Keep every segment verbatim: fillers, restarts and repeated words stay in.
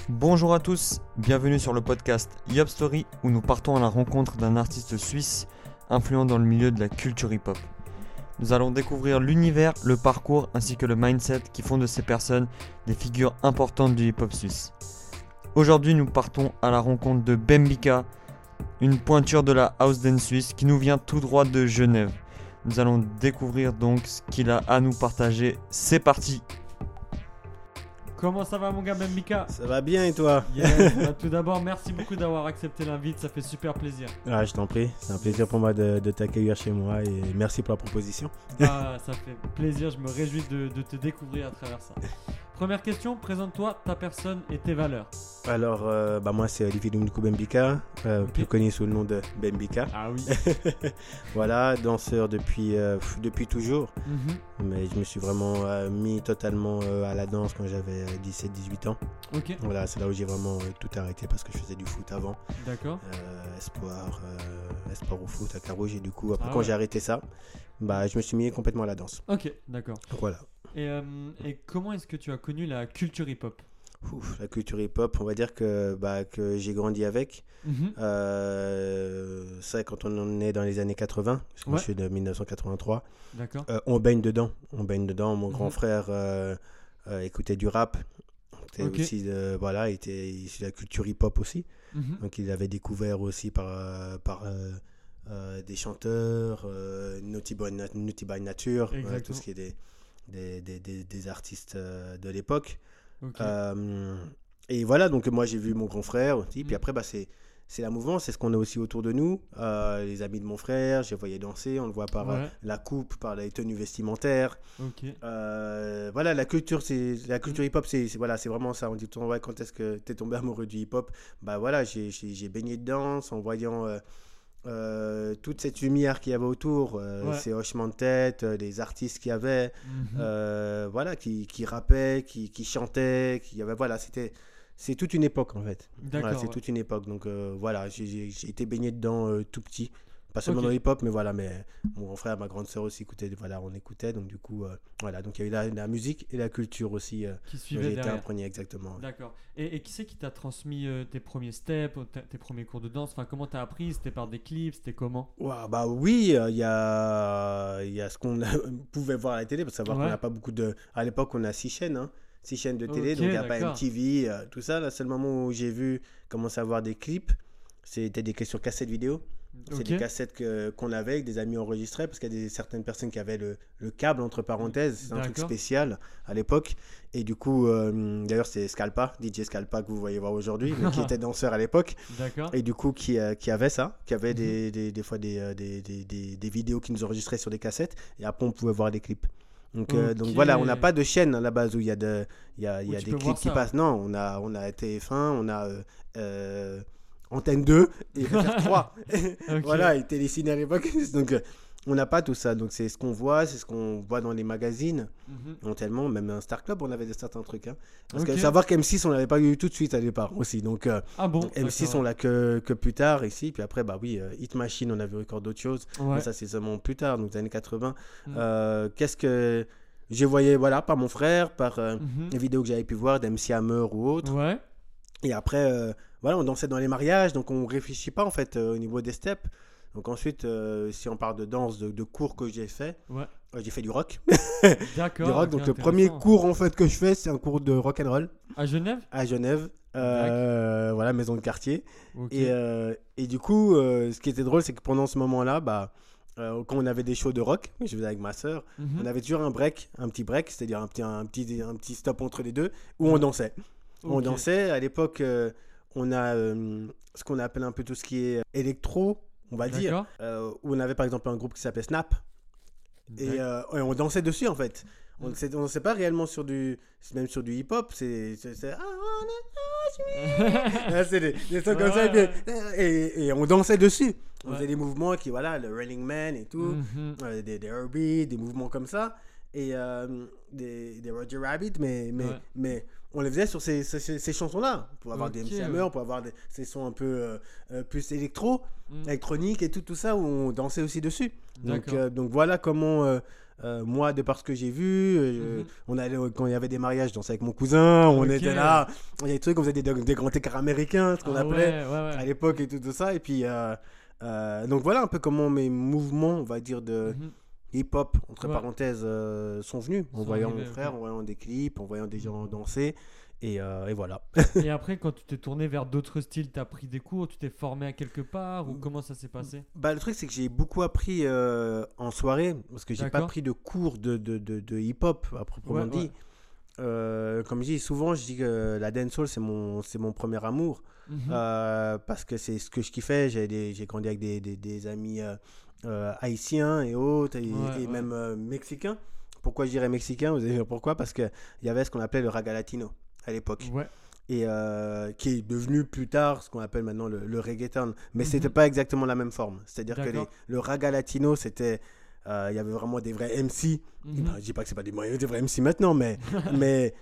Bonjour à tous, bienvenue sur le podcast Yop Story où nous partons à la rencontre d'un artiste suisse influent dans le milieu de la culture hip-hop. Nous allons découvrir l'univers, le parcours ainsi que le mindset qui font de ces personnes des figures importantes du hip-hop suisse. Aujourd'hui nous partons à la rencontre de Bembika, une pointure de la house dance suisse qui nous vient tout droit de Genève. Nous allons découvrir donc ce qu'il a à nous partager. C'est parti! Comment ça va mon gars Bembika? Ça va bien et toi? Yes, bah, tout d'abord merci beaucoup d'avoir accepté l'invite, ça fait super plaisir. Ah, je t'en prie, c'est un plaisir pour moi de, de t'accueillir chez moi et merci pour la proposition. Bah, ça fait plaisir, je me réjouis de, de te découvrir à travers ça. Première question, présente-toi, ta personne et tes valeurs. Alors, euh, bah moi c'est Olivier Doumnikou Bembika, euh, Ok. plus connu sous le nom de Bembika. Ah oui. Voilà, danseur depuis, euh, pff, depuis toujours, Mhm. mais je me suis vraiment euh, mis totalement euh, à la danse quand j'avais dix-sept dix-huit ans. Ok, Voilà, c'est là où j'ai vraiment euh, tout arrêté parce que je faisais du foot avant, d'accord. euh, espoir, euh, espoir au foot à Carouge et du coup après Ah quand ouais. j'ai arrêté ça, bah je me suis mis complètement à la danse. Ok, d'accord. Voilà. Et, euh, et comment est-ce que tu as connu la culture hip-hop? Ouf, la culture hip-hop, on va dire que, bah, que j'ai grandi avec. Mhm. Euh, ça, quand on en est dans les années quatre-vingts, parce que moi Ouais. je suis de dix-neuf cent quatre-vingt-trois, D'accord. euh, on baigne dedans. On baigne dedans. Mon grand Mhm. frère euh, euh, écoutait du rap. C'était Ok. aussi, de- voilà, il était issu de la culture hip-hop aussi. Mhm. Donc il avait découvert aussi par, euh, par euh, euh, des chanteurs, euh, Naughty by, Na- Naughty by Nature, voilà, tout Exactement. ce qui est des, des, des, des, des artistes euh, de l'époque. Ok. Euh, et voilà, donc moi j'ai vu mon grand frère aussi. Mm. Puis après, bah, c'est, c'est la mouvance, c'est ce qu'on a aussi autour de nous. Euh, les amis de mon frère, je les voyais danser, on le voit par euh, Ouais. la coupe, par les tenues vestimentaires. Ok. Euh, voilà, la culture, c'est, la culture hip-hop, c'est, c'est- voilà, c'est vraiment ça. On dit tout le temps, ouais, quand est-ce que tu es tombé amoureux du hip-hop? Bah voilà, j'ai, j'ai, j'ai baigné dedans en voyant euh, euh, toute cette lumière qu'il y avait autour, euh, Ouais. ces hochements de tête, euh, les artistes qu'il y avait. Mhm. Euh, voilà, qui, qui rappait, qui, qui chantait, qui avait, voilà, c'était, c'est toute une époque en fait. D'accord. Voilà, c'est Ouais. toute une époque. Donc euh, voilà, j'ai, j'ai- j'ai été baigné dedans euh, tout petit. Pas seulement Ok. dans le hip-hop, mais voilà, mais mon grand frère, ma grande sœur aussi écoutaient, voilà, on écoutait. Donc du coup, euh, voilà, donc il y a eu la, la musique et la culture aussi. Euh, Qui dont suivait j'ai été derrière. imprégné exactement. Ouais. D'accord. Et, et qui c'est qui t'a transmis euh, tes premiers steps, tes, tes premiers cours de danse? Enfin, comment t'as appris? C'était par des clips? C'était comment? Ouah, bah oui, euh, il y a, il y a ce qu'on pouvait voir à la télé, parce savoir Ouais. qu'on n'a pas beaucoup de... À l'époque, on a six chaînes, hein, six chaînes de télé, Ok, donc il n'y a pas d'accord. M T V, euh, tout ça. Le seul moment où j'ai vu commencer à voir des clips, c'était des questions cassettes vidéo. C'est Ok. des cassettes que, qu'on avait, que des amis enregistraient, parce qu'il y a des, certaines personnes qui avaient le, le câble, entre parenthèses, c'est un truc D'accord. spécial à l'époque. Et du coup, euh, d'ailleurs, c'est Scalpa, D J Scalpa que vous voyez voir aujourd'hui, mais qui était danseur à l'époque. D'accord. Et du coup, qui, euh, qui avait ça, qui avait Mhm. des, des, des fois des, euh, des, des, des, des vidéos qui nous enregistraient sur des cassettes, et après on pouvait voir des clips. Donc, euh, donc Ok. voilà, on n'a pas de chaîne à la base où il y a, de, il y a, il y Où a tu des peux clips voir qui ça. passent. Non, on a, on a T F un, on a euh, euh, Antenne deux et F R trois. Ok. Voilà, et Téléciné à l'époque. Donc euh, on n'a pas tout ça. Donc c'est ce qu'on voit, c'est ce qu'on voit dans les magazines. Mhm. Non tellement, même un Star Club, on avait des certains trucs. Hein. Parce Ok. que savoir qu'M six, on l'avait pas eu tout de suite à départ aussi. Donc euh, Ah bon? M six, d'accord. on l'a que, que plus tard ici. Puis après, bah oui, euh, Hit Machine, on avait encore d'autres choses. Ouais. Mais ça, c'est seulement plus tard, donc les années quatre-vingts. Mm. Euh, qu'est-ce que je voyais, voilà, par mon frère, par euh, Mhm. les vidéos que j'avais pu voir d'M C Hammer ou autre. Ouais. Et après, euh, voilà, on dansait dans les mariages, donc on réfléchit pas en fait euh, au niveau des steps. Donc ensuite, euh, si on parle de danse, de, de cours que j'ai fait, Ouais. euh, j'ai fait du rock. D'accord. du rock. ok, Donc le premier intéressant. cours en fait que je fais, c'est un cours de rock and roll À Genève? à Genève, euh, voilà, maison de quartier. Ok. Et, euh, et du coup, euh, ce qui était drôle, c'est que pendant ce moment-là, bah, euh, quand on avait des shows de rock, je faisais avec ma sœur, Mhm. on avait toujours un break, un petit break, c'est-à-dire un petit, un, petit, un petit stop entre les deux, où on Ouais. dansait. On Ok. dansait. À l'époque, euh, on a euh, ce qu'on appelle un peu tout ce qui est électro, on va dire. D'accord. Euh, où on avait par exemple un groupe qui s'appelait Snap. Et, euh, et on dansait dessus en fait. On Mm. ne dansait pas réellement sur du, même sur du hip-hop. C'est, c'est, c'est- Ah, c'est des, des sons comme ça. Ouais, Et, puis- et, et on dansait dessus. On Ouais. faisait des mouvements qui, voilà, le Running Man et tout. Mhm. Euh, des, des Herbie, des mouvements comme ça. Et euh, des, des Roger Rabbit, mais, mais, Ouais. mais on les faisait sur ces, ces, ces- ces chansons-là. Pour avoir Ok, des M C ouais. Hammer, pour avoir des, ces sons un peu euh, euh, plus électro, Mm. électronique et tout, tout ça, où on dansait aussi dessus. Donc, D'accord. euh, donc voilà comment, euh, Euh, moi, de par ce que j'ai vu, euh, Mhm. on allait, quand il y avait des mariages, je dansais avec mon cousin, on Ok. était là, il y a des trucs, on faisait des, des grands écarts américains, ce qu'on Ah appelait ouais, ouais, à ouais. l'époque et tout, tout ça. Et puis, euh, euh, donc voilà un peu comment mes mouvements, on va dire, de Mhm. hip-hop, entre Ouais. parenthèses, euh, sont venus. En Sont voyant arrivés, mon ok. frère, en voyant des clips, en voyant des gens danser. Et, euh, et voilà. Et après, quand tu t'es tourné vers d'autres styles, t'as pris des cours, tu t'es formé à quelque part ou comment ça s'est passé? Bah, le truc, c'est que j'ai beaucoup appris euh, en soirée, parce que j'ai pas D'accord. pris de cours de, de, de, de hip-hop à proprement Ouais, dit. ouais. Euh, comme je dis souvent, je dis que la dancehall, c'est mon, c'est mon premier amour. Mhm. Euh, parce que c'est ce que je kiffais. J'ai, des- j'ai grandi avec des, des, des amis euh, euh, haïtiens et autres, et, Ouais, et ouais. même euh, mexicains. Pourquoi je dirais mexicain? Vous allez dire pourquoi? Parce qu'il y avait ce qu'on appelait le raga latino à l'époque. Ouais. Et euh, qui est devenu plus tard ce qu'on appelle maintenant le, le reggaeton. Mais Mhm. c'était pas exactement la même forme. C'est-à-dire que les- D'accord. le raga latino, c'était. euh, Il y avait vraiment des vrais M C. Mhm. Bah, je dis pas que c'est pas des, des vrais M C maintenant, mais, mais,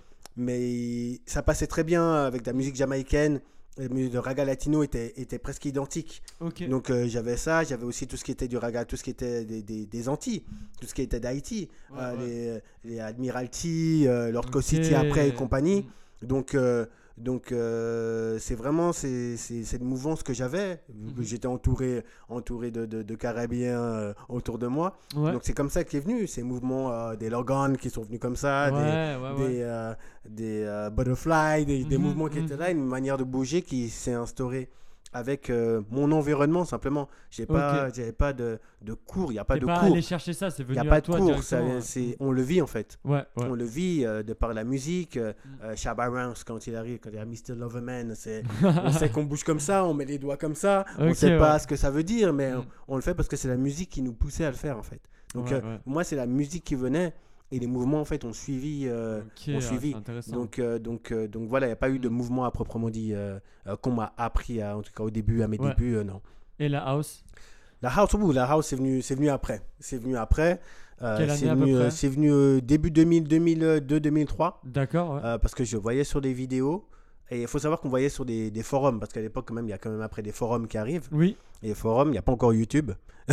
mais ça passait très bien avec de la musique jamaïcaine. Le le raga latino était, était presque identique. Ok. Donc euh, j'avais ça, j'avais aussi tout ce qui était du raga, tout ce qui était des, des, des Antilles, tout ce qui était d'Haïti, Ouais, euh, ouais. les, les Admiralty, euh, Lord Ok. City après et compagnie. Mm. Donc, euh, donc euh, c'est vraiment c'est, c'est, cette mouvance que j'avais, vu que Mhm. j'étais entouré, entouré de, de, de Carabiens euh, autour de moi. Ouais. Donc c'est comme ça qu'est venu ces mouvements, euh, des Logan qui sont venus comme ça, Ouais, des, ouais, ouais. des, euh, des euh, Butterfly, des, des Mhm, mouvements qui mhm. étaient là, une manière de bouger qui s'est instaurée avec euh, mon environnement simplement. J'ai pas, Ok. j'avais pas de, de cours, il n'y a pas T'es de pas cours. allé chercher ça, c'est Il venu n'y a à pas de toi cours, ça- directement. c'est, on le vit en fait. Ouais, ouais. On le vit euh, de par la musique. euh, Mm. euh, Shabba Ranks, quand il arrive, quand il y a mister Loverman, c'est, on sait qu'on bouge comme ça, on met les doigts comme ça. on ne Ok, sait pas ouais. ce que ça veut dire, mais Mm. on, on le fait parce que c'est la musique qui nous poussait à le faire en fait. Donc Ouais, euh, ouais. moi, c'est la musique qui venait et les mouvements en fait ont suivi. euh, Ok, ont ah, suivi. c'est intéressant. donc, euh, donc, euh, donc voilà, il n'y a pas eu de Mm. mouvement à proprement dit euh, euh, qu'on m'a appris, à- en tout cas au début, à mes Ouais. débuts, euh, non. Et la house? La house, ouh, la house, c'est venu, c'est venu après. C'est venu après. Euh, Quelle année c'est à venu, peu près? euh, c'est venu euh, début deux mille, deux mille deux, deux mille trois. D'accord, ouais. Euh, parce que je voyais sur des vidéos. Et il faut savoir qu'on voyait sur des, des forums. Parce qu'à l'époque, quand même, il y a quand même après des forums qui arrivent. Oui. Et les forums, il n'y a pas encore YouTube.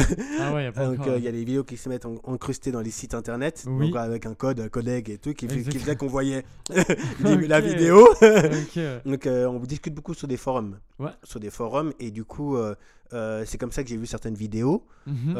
Ah ouais, y a pas Donc, encore. euh, il y a des vidéos qui se mettent en- encrustées dans les sites internet. Oui. Donc, avec un code, un codec et tout, qui, fait- qui Exact. faisait qu'on voyait des- la Ok. vidéo. Ok, ouais. Donc, euh, on discute beaucoup sur des forums. Ouais. Sur des forums. Et du coup, euh, euh, c'est comme ça que j'ai vu certaines vidéos. Mhm.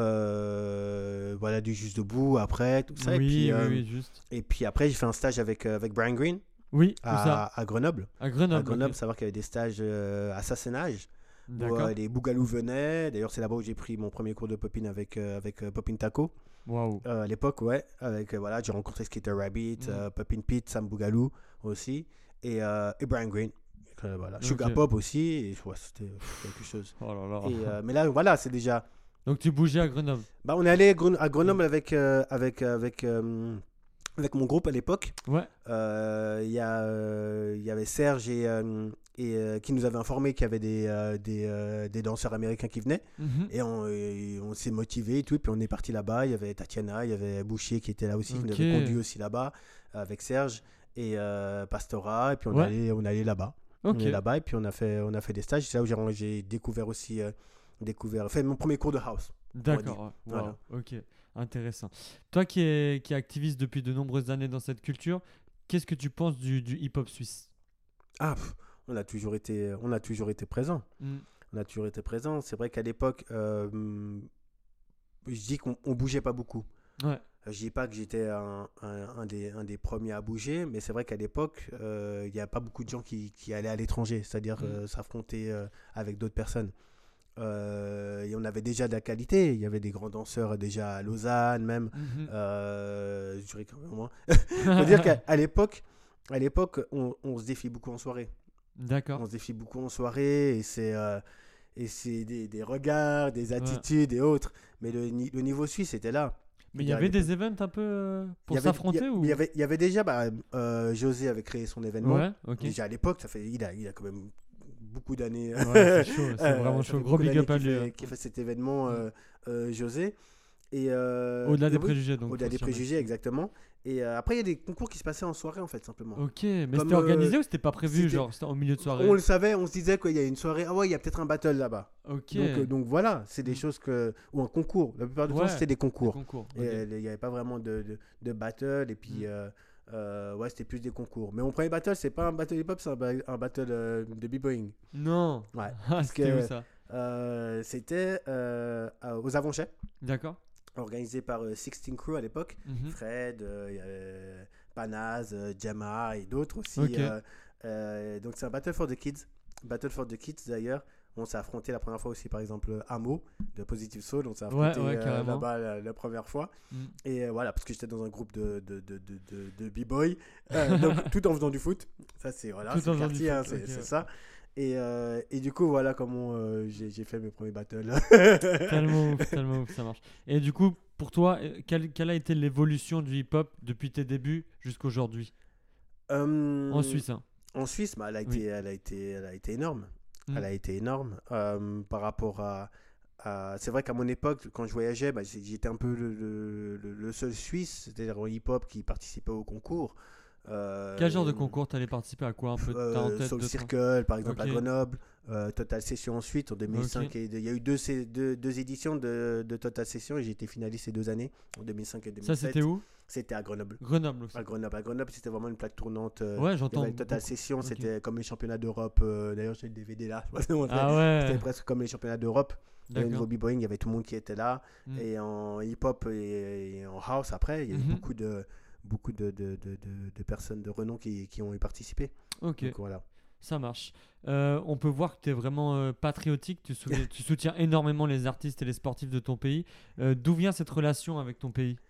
Euh, voilà, du Juste Debout après, tout ça. oui, et, puis, oui, euh, oui, juste. et puis après, j'ai fait un stage avec, euh, avec Brian Green Oui, où ça? à, à Grenoble. À Grenoble. à Grenoble, ok. savoir qu'il y avait des stages euh, assassinage où D'accord. euh, les Bougalous venaient. D'ailleurs, c'est là-bas où j'ai pris mon premier cours de Popin avec, euh, avec euh, Popin Taco. Waouh. Euh, à l'époque, ouais. Avec, euh, voilà, j'ai rencontré Skater Rabbit, Mm. euh, Popin Pete, Sam Bougalou aussi. Et, euh, et Brian Green. Euh, voilà. Sugar Ok. Pop aussi. Et, ouais, c'était quelque chose. Oh là là. Et, euh, mais là, voilà, c'est déjà. Donc tu bougeais à Grenoble. Bah, on est allé à Gren- à Grenoble avec, euh, avec, avec, euh, avec mon groupe à l'époque. Ouais. Euh, Il y, a, euh, il y avait Serge et, euh, et, euh, qui nous avait informé qu'il y avait des, euh, des, euh, des danseurs américains qui venaient. Mhm. Et on, et on s'est motivé et tout. Et puis on est parti là-bas. Il y avait Tatiana, il y avait Boucher qui était là aussi, qui nous Ok. avait conduit aussi là-bas avec Serge et euh, Pastora. Et puis on Ouais. allait, on allait là-bas. Ok. On est là-bas et puis on a fait, on a fait des stages. C'est là où j'ai, j'ai découvert aussi, euh, découvert, fait mon premier cours de house. D'accord. ouais. Voilà. Waouh. Ok. Intéressant. Toi qui es, qui es activiste depuis de nombreuses années dans cette culture, qu'est-ce que tu penses du, du hip-hop suisse? Ah, pff, on a toujours été, on a toujours été présent. Mm. On a toujours été présent. C'est vrai qu'à l'époque, euh, je dis qu'on on bougeait pas beaucoup. Ouais. Je dis pas que j'étais un, un- un des, un des premiers à bouger, mais c'est vrai qu'à l'époque, euh, il n'y a pas beaucoup de gens qui, qui allaient à l'étranger, c'est-à-dire Mm. euh, s'affronter euh, avec d'autres personnes. Euh, et on avait déjà de la qualité. Il y avait des grands danseurs déjà à Lausanne même. Mhm. Euh, je dirais quand même moins. Faut dire qu'à à l'époque, à l'époque, on, on se défie beaucoup en soirée. D'accord. On se défie beaucoup en soirée et c'est euh, et c'est des, des regards, des attitudes et autres. Mais le, ni- le niveau suisse était là. Mais il y Je veux avait dire, des events un peu euh, il pour y avait- s'affronter il y, ou? il y avait, il y avait déjà, bah, euh, José avait créé son événement. Ouais, ok. Déjà à l'époque, ça fait, il a, il a quand même beaucoup d'années. Ouais, c'est chaud, c'est Euh, vraiment ça chaud. fait Gros beaucoup big up d'années à qu'il lui. fait- hein. qu'il fait cet événement, euh, euh, José. Et, euh, Au-delà et des oui, préjugés, donc. Au-delà des confirmé. préjugés, exactement. Et euh, après, il y a des concours qui se passaient en soirée, en fait, simplement. Ok, mais Comme, c'était organisé euh, ou c'était pas prévu, c'était- genre c'était au milieu de soirée? On le savait, on se disait qu'il y a une soirée. Ah ouais, il y a peut-être un battle là-bas. Ok. Donc, euh, donc voilà, c'est des Mm. choses que. Ou un concours. La plupart du Ouais, temps, c'était des Des concours. concours. Et ok. euh, il n'y avait pas vraiment de, de, de battle. Et puis, Mm. euh, euh, ouais, c'était plus des concours. Mais mon premier battle, c'est pas un battle hip-hop, c'est un, ba- un battle euh, de b-boying. Non. Ouais. Ah, c'était que- où ça? Euh, c'était euh, à- aux Avonchais, D'accord. organisé par euh, sixteen Crew à l'époque. Mhm. Fred, euh, il y avait Panaz, euh, Jama et d'autres aussi. Ok. euh, euh, donc c'est un Battle for the Kids. Battle for the Kids d'ailleurs. On s'est affronté la première fois aussi par exemple Amo de Positive Soul. On s'est affronté ouais, euh, carrément. là-bas la, la première fois. Mm. Et euh, voilà, parce que j'étais dans un groupe de, de, de, de, de, de b-boy. Euh, donc tout en faisant du foot. Ça c'est voilà, Tout c'est en le faisant du quartier, hein, foot, c'est ok, c'est ouais. ça. Et, euh, et du coup voilà comment euh, j'ai j'ai fait mes premiers battles. Tellement ouf, tellement ouf, ça marche. Et du coup, pour toi, euh, quelle, quelle a été l'évolution du hip-hop depuis tes débuts jusqu'à aujourd'hui? Euh, En Suisse, hein. En Suisse, bah, elle, a Oui. été, elle, a été, elle a été énorme. Mm. Elle a été énorme euh, par rapport à. à- C'est vrai qu'à mon époque, quand je voyageais, bah, j'ai- j'étais un peu le, le- le- le seul Suisse, c'est-à-dire en hip-hop, qui participait au concours. Euh, Quel genre de concours t'allais participer à quoi un peu? euh, T'as en tête Soul deux, trois Circle, par exemple, Ok. à Grenoble. euh, Total Session ensuite, en deux mille cinq. Ok. Et il y a eu deux, sé- deux, deux éditions de, de Total Session et j'ai été finaliste ces deux années, en deux mille cinq et deux mille sept. Ça, c'était où? C'était à Grenoble. Grenoble aussi. À Grenoble, à Grenoble, c'était vraiment une plaque tournante. euh, Ouais, il y j'entends. avait le Total beaucoup. Session, Ok. c'était comme les championnats d'Europe. euh, D'ailleurs, j'ai le D V D là. Je sais pas si on Ah C'était ouais. presque comme les championnats d'Europe. Et au niveau D'accord. b-boying, il y avait tout le monde qui était là. Mm. Et en hip-hop et, et en house, après, il y a eu Mhm. beaucoup de beaucoup de, de, de, de- de personnes de renom qui, qui ont y participé. Ok, Donc voilà. ça marche. Euh, on peut voir que tu es vraiment euh, patriotique, tu, sou- tu soutiens énormément les artistes et les sportifs de ton pays. Euh, D'où vient cette relation avec ton pays?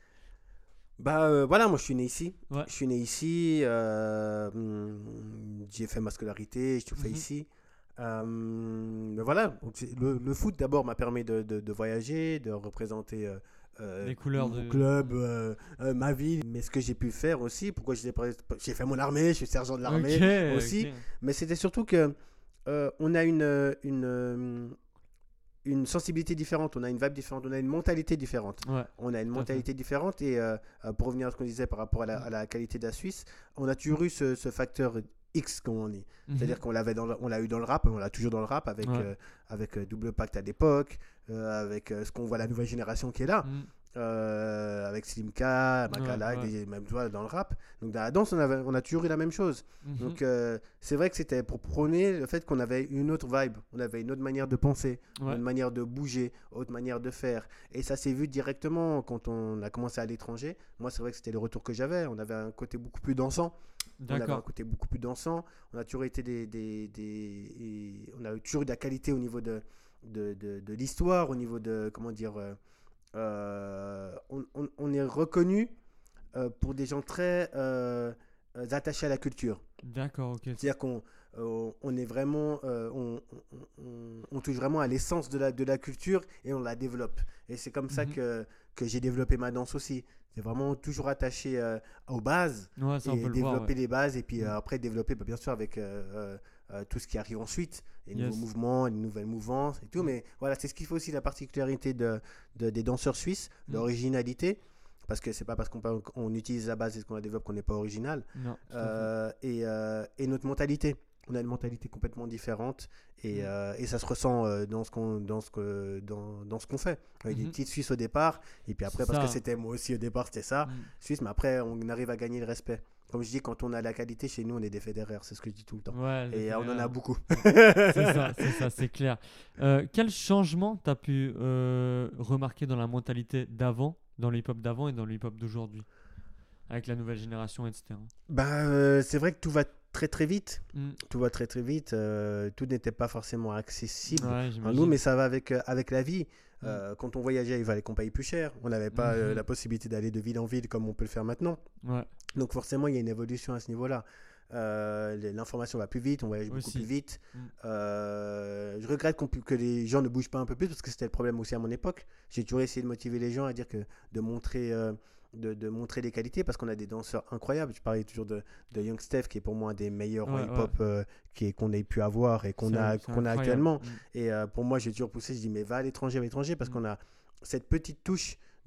Bah euh, voilà, moi je suis né ici. Ouais. Je suis né ici. euh, hum, j'ai fait ma scolarité, j'ai tout fait Mhm. ici. Euh, mais voilà, donc c'est- le, le foot d'abord m'a permis de, de- de voyager, de représenter euh, euh, Les couleurs mon de- club, euh, euh, ma ville, mais ce que j'ai pu faire aussi. Pourquoi j'ai j'ai fait mon armée, je suis sergent de l'armée Ok, aussi. ok. Mais c'était surtout que euh, on a une, euh, une, euh, une sensibilité différente, on a une vibe différente, on a une mentalité différente. Ouais. On a une Tout à mentalité différente et euh, euh, pour revenir à ce qu'on disait par rapport à la, à la qualité de la Suisse, on a toujours eu ce, ce facteur X, comme on dit. Mhm. C'est-à-dire qu'on l'avait dans le- on l'a eu dans le rap, on l'a toujours dans le rap avec, Ouais. euh, avec euh, Double Pacte à l'époque, euh, avec euh, ce qu'on voit la nouvelle génération qui est là, Mm. euh, avec Slimka, Makala, Ouais, ouais. des- même tu vois, dans le rap. Donc dans la danse, on, avait, on a toujours eu la même chose. Mhm. Donc euh, c'est vrai que c'était pour prôner le fait qu'on avait une autre vibe, on avait une autre manière de penser, Ouais. une manière de bouger, autre manière de faire. Et ça s'est vu directement quand on a commencé à l'étranger. Moi, c'est vrai que c'était le retour que j'avais. On avait un côté beaucoup plus dansant. On avait un D'accord. côté beaucoup plus dansant. On a toujours été des, des, des- et on a toujours eu de la qualité au niveau de, de, de, de l'histoire, au niveau de, comment dire, euh, euh, on, on- on est reconnu euh, pour des gens très euh, euh, attachés à la culture. D'accord, ok. C'est-à-dire qu'on euh, on est vraiment, euh, on, on- on- on touche vraiment à l'essence de la, de la culture et on la développe. Et c'est comme ça Mhm. que, que j'ai développé ma danse aussi. C'est vraiment toujours attaché euh, aux bases Ouais, ça on et peut le développer voir. ouais. les bases et puis euh, Mm. après développer bah, bien sûr avec euh, euh, euh, tout ce qui arrive ensuite, les Yes. nouveaux mouvements, les nouvelles mouvances et tout. Mm. Mais voilà, c'est ce qui fait aussi la particularité de, de- des danseurs suisses, Mm. l'originalité. Parce que c'est pas parce qu'on parle- on utilise la base et qu'on la développe qu'on n'est pas original. Non, tout à fait. Euh, et, euh, et notre mentalité. On a une mentalité complètement différente et, Mm. euh, et ça se ressent euh, dans ce qu'on dans ce que dans, dans ce qu'on fait. Avec des Mhm. petites Suisses au départ et puis après C'est parce que ça. c'était moi aussi au départ c'était ça Mm. Suisse, mais après on arrive à gagner le respect. Comme je dis, quand on a la qualité chez nous, on est des fédéraires, c'est ce que je dis tout le temps. Ouais, les Et euh, on en a fédéraires. beaucoup. C'est ça, c'est ça, c'est clair. Euh, quel changement tu as pu euh, remarquer dans la mentalité d'avant, dans le hip-hop d'avant et dans le hip-hop d'aujourd'hui, avec la nouvelle génération, et cetera. Bah, euh, c'est vrai que tout va très très vite. Mm. Tout va très très vite. euh, tout n'était pas forcément accessible Ouais, à j'imagine. nous, mais ça va avec, euh, avec la vie. Euh, Quand on voyageait, il fallait qu'on paye plus cher. On n'avait pas euh, Mhm. la possibilité d'aller de ville en ville comme on peut le faire maintenant. Ouais. Donc forcément, il y a une évolution à ce niveau-là. Euh, les- L'information va plus vite, on voyage beaucoup Aussi. plus vite. Mm. Euh, je regrette qu'on pu- que les gens ne bougent pas un peu plus parce que c'était le problème aussi à mon époque. J'ai toujours essayé de motiver les gens à dire que de montrer, euh, de, de montrer les qualités parce qu'on a des danseurs incroyables. Je parlais toujours de, de Young Steph qui est pour moi un des meilleurs en Ouais, hip-hop euh, qui est- qu'on ait pu avoir et qu'on C'est- a, c'est qu'on a incroyable. actuellement. Mm. Et euh, pour moi, j'ai toujours poussé, je dis mais va à l'étranger, à l'étranger parce Mm. qu'on a cette petite touche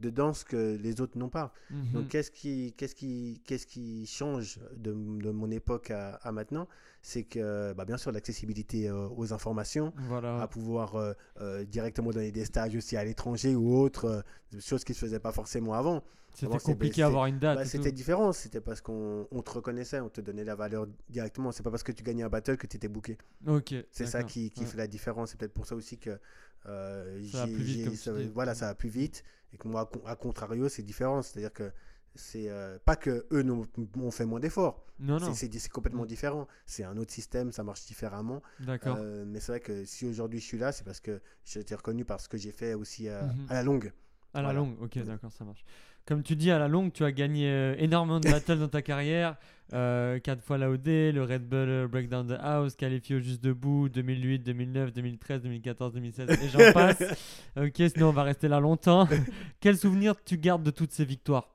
de danse que les autres n'ont pas. Mhm. Donc, qu'est-ce qui, qu'est-ce qui, qu'est-ce qui change de, de mon époque à, à maintenant? C'est que, bah, bien sûr, l'accessibilité euh, aux informations, Voilà. à pouvoir euh, euh, directement donner des stages aussi à l'étranger ou autres, euh, choses qui ne se faisaient pas forcément avant. C'était Avant, c'est- compliqué c'est- à avoir une date. Bah, et c'était tout. différent, c'était parce qu'on on te reconnaissait, on te donnait la valeur directement. C'est pas parce que tu gagnais un battle que tu étais booké. Ok. C'est ça d'accord. qui, qui Ouais. fait la différence. C'est peut-être pour ça aussi que euh, Ça va j'ai- plus vite, j'ai- comme tu ça, dis. voilà, ça va plus vite. Et que moi, à con- à contrario, c'est différent. C'est-à-dire que c'est euh, pas que eux n'ont ont fait moins d'efforts. Non, non. C'est- C'est c'est complètement Mm. différent. C'est un autre système, ça marche différemment. D'accord. Euh, mais c'est vrai que si aujourd'hui je suis là, c'est parce que j'ai été reconnu par ce que j'ai fait aussi à, Mhm. à la longue. À la Voilà. longue, ok, Mm. d'accord, ça marche. Comme tu dis, à la longue, tu as gagné euh, énormément de battles dans ta carrière. Euh, quatre fois l'A O D, le Red Bull euh, Breakdown the House, qualifié au Juste Debout, deux mille huit, deux mille neuf, deux mille treize, deux mille quatorze, deux mille seize, et j'en passe. Ok, sinon on va rester là longtemps. Quel souvenir tu gardes de toutes ces victoires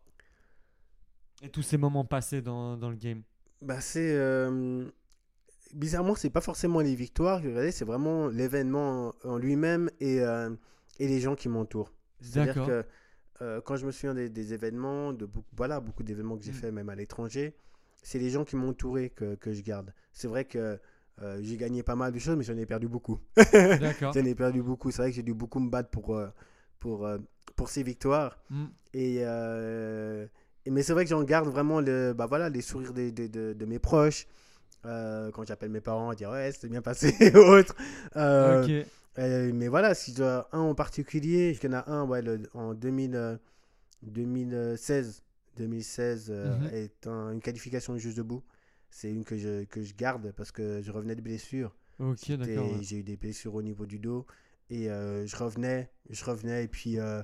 et tous ces moments passés dans, dans le game? Bah, c'est. euh, Bizarrement, c'est pas forcément les victoires, que je regardais, c'est vraiment l'événement en en lui-même et, euh, et les gens qui m'entourent. C'est-à-dire D'accord. que euh, quand je me souviens des, des événements, de beaucoup, voilà, beaucoup d'événements que j'ai Mm. fait même à l'étranger, c'est les gens qui m'ont entouré que, que je garde. C'est vrai que euh, j'ai gagné pas mal de choses, mais j'en ai perdu beaucoup. D'accord. J'en ai perdu beaucoup. C'est vrai que j'ai dû beaucoup me battre pour, euh, pour, euh, pour ces victoires. Mm. Et, euh, et- mais c'est vrai que j'en garde vraiment le, bah voilà, les sourires des- des- de, de mes proches. Euh, quand j'appelle mes parents, dire ouais, c'était bien passé ou autre. Euh, Ok. euh, mais voilà, si je dois un en particulier, il y en a un ouais, le- en deux mille, euh, deux mille seize. deux mille seize euh, Mhm. est un- une qualification de Juste Debout. C'est une que je, que je garde parce que je revenais de blessures. Ok, C'était- d'accord. ouais. J'ai eu des blessures au niveau du dos et euh, je revenais, je revenais et puis euh,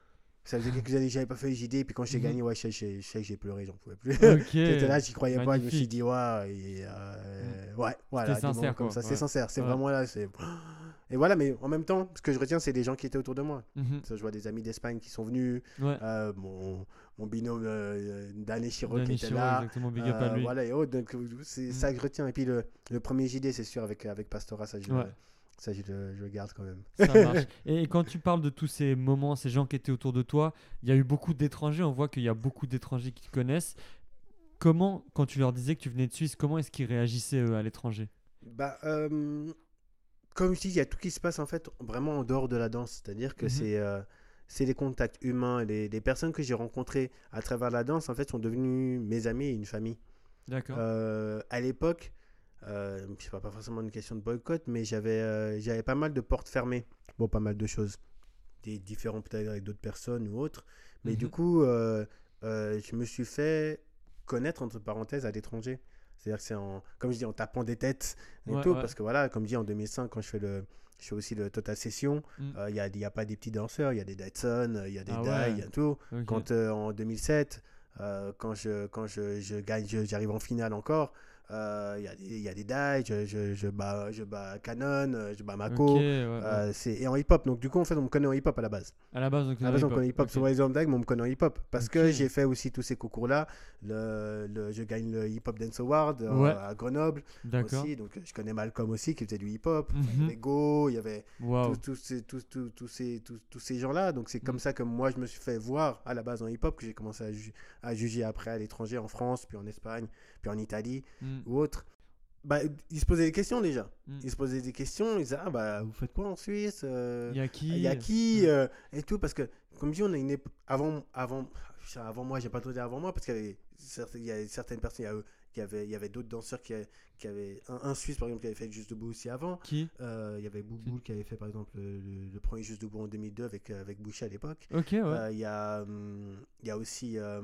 ça faisait quelques années que j'avais pas fait les J D et puis quand j'ai Mhm. gagné, ouais, je sais, je sais- je sais que j'ai pleuré, j'en pouvais plus. Ok. J'étais là, j'y croyais pas, je me suis magnifique. dit ouais, et, euh, ouais, voilà, C'était des moments sincère, comme quoi, ça, c'est ouais. sincère, c'est Ouais. vraiment là, c'est et voilà, mais en même temps, ce que je retiens, c'est les gens qui étaient autour de moi. Mhm. Ça, je vois des amis d'Espagne qui sont venus, Ouais. euh, mon, mon binôme euh, Dané Chiro qui Danny était Chiro, là. exactement, big up à Euh, lui. voilà, et autres, donc euh, c'est Mm. ça que je retiens. Et puis le, le premier J D, c'est sûr, avec, avec Pastora, ça, je, Ouais. le, ça je, le, je le garde quand même. Ça marche. Et quand tu parles de tous ces moments, ces gens qui étaient autour de toi, il y a eu beaucoup d'étrangers. On voit qu'il y a beaucoup d'étrangers qui te connaissent. Comment, quand tu leur disais que tu venais de Suisse, comment est-ce qu'ils réagissaient eux, à l'étranger? Bah, euh, comme je dis, il y a tout qui se passe en fait vraiment en dehors de la danse. C'est-à-dire que Mhm. c'est euh, c'est les contacts humains, les, les personnes que j'ai rencontrées à travers la danse en fait sont devenues mes amis et une famille. D'accord. Euh, à l'époque, euh, c'est pas, pas forcément une question de boycott, mais j'avais euh, j'avais pas mal de portes fermées. Bon, pas mal de choses. Des différents peut-être avec d'autres personnes ou autres. Mais du Mhm. coup, euh, euh, je me suis fait connaître, entre parenthèses, à l'étranger. C'est-à-dire que c'est en, comme je dis, en tapant des têtes et Ouais, tout. ouais. Parce que voilà, comme je dis, en deux mille cinq, quand je fais le... Je fais aussi le Total Session. Mm. euh, Il n'y a, il y a pas des petits danseurs, il y a des Dyson, il y a des Ah Dai, ouais. il y a tout. Ok. Quand euh, en deux mille sept, euh, quand je, quand je, je gagne, je- j'arrive en finale encore, euh, il y a des, il y a des Dai, je, je, je bats, je bats Canon, euh, je bats Mako. Ok, ouais, ouais. euh, c'est, et en hip-hop. Donc du coup, en fait, on me connaît en hip-hop à la base. À la base, on À connaît la base, on hip-hop. connaît hip-hop Ok. sur les hommes d'ag, mais on me connaît en hip-hop. Parce Ok. que j'ai fait aussi tous ces concours-là. Le, le- je gagne le Hip Hop Dance Award euh, Ouais. à Grenoble D'accord. aussi. Donc je connais Malcolm aussi qui faisait du hip-hop. Il y Mhm. avait Go, il y avait Waouh. tous, tous ces, tous, tous, tous ces, tous, tous ces gens-là. Donc c'est comme Mm. ça que moi je me suis fait voir à la base en hip-hop, que j'ai commencé à, ju- à juger après à l'étranger, en France, puis en Espagne, puis en Italie Mm. ou autre. Bah, ils se posaient des questions déjà. Mm. Ils se posaient des questions, ils disaient ah bah vous faites quoi en Suisse euh, Il y a qui? il y a qui Mm. euh, et tout, parce que comme je dis, on a une ép- avant avant avant moi, j'ai pas trop dit avant moi, parce qu'il y avait certes- il y a certaines personnes, il y a eux qui avaient il y avait d'autres danseurs qui, a- qui avaient un, un Suisse par exemple qui avait fait le Juste Debout aussi avant. Qui? Euh, il y avait Bouboul qui avait fait par exemple le, le- le premier Juste Debout en deux mille deux avec avec Boucher à l'époque. Ok, ouais. Euh, Il y a hum, il y a aussi euh,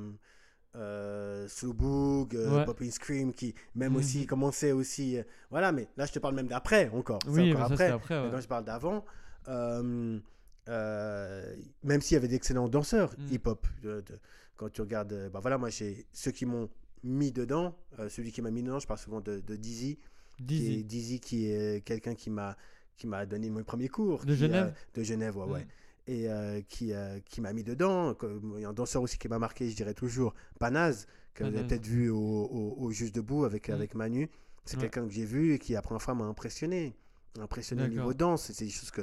euh, Slowboog, euh, Ouais. Poppin' Scream qui même Mhm. aussi commençait aussi euh, voilà, mais là je te parle même d'après encore. C'est Oui, mais encore ça après. c'était après. Mais ouais. quand je parle d'avant, euh, euh, même s'il y avait d'excellents danseurs Mm. hip-hop, de- de- quand tu regardes, euh, bah voilà, moi j'ai ceux qui m'ont mis dedans, euh, celui qui m'a mis dedans, je parle souvent de, de Dizzy, qui est, Dizzy. Dizzy qui est quelqu'un qui m'a qui m'a donné mes premiers cours. De qui, Genève euh, De Genève, ouais, Mm. ouais. Et euh, qui, euh, qui m'a mis dedans. Comme- Il y a un danseur aussi qui m'a marqué, je dirais toujours, Panaz, que vous avez Panaz. peut-être vu au, au, au Juste Debout avec, Mm. avec Manu. C'est Ouais. quelqu'un que j'ai vu et qui, la première fois, m'a impressionné. Impressionné au D'accord. niveau danse. C'est des choses que,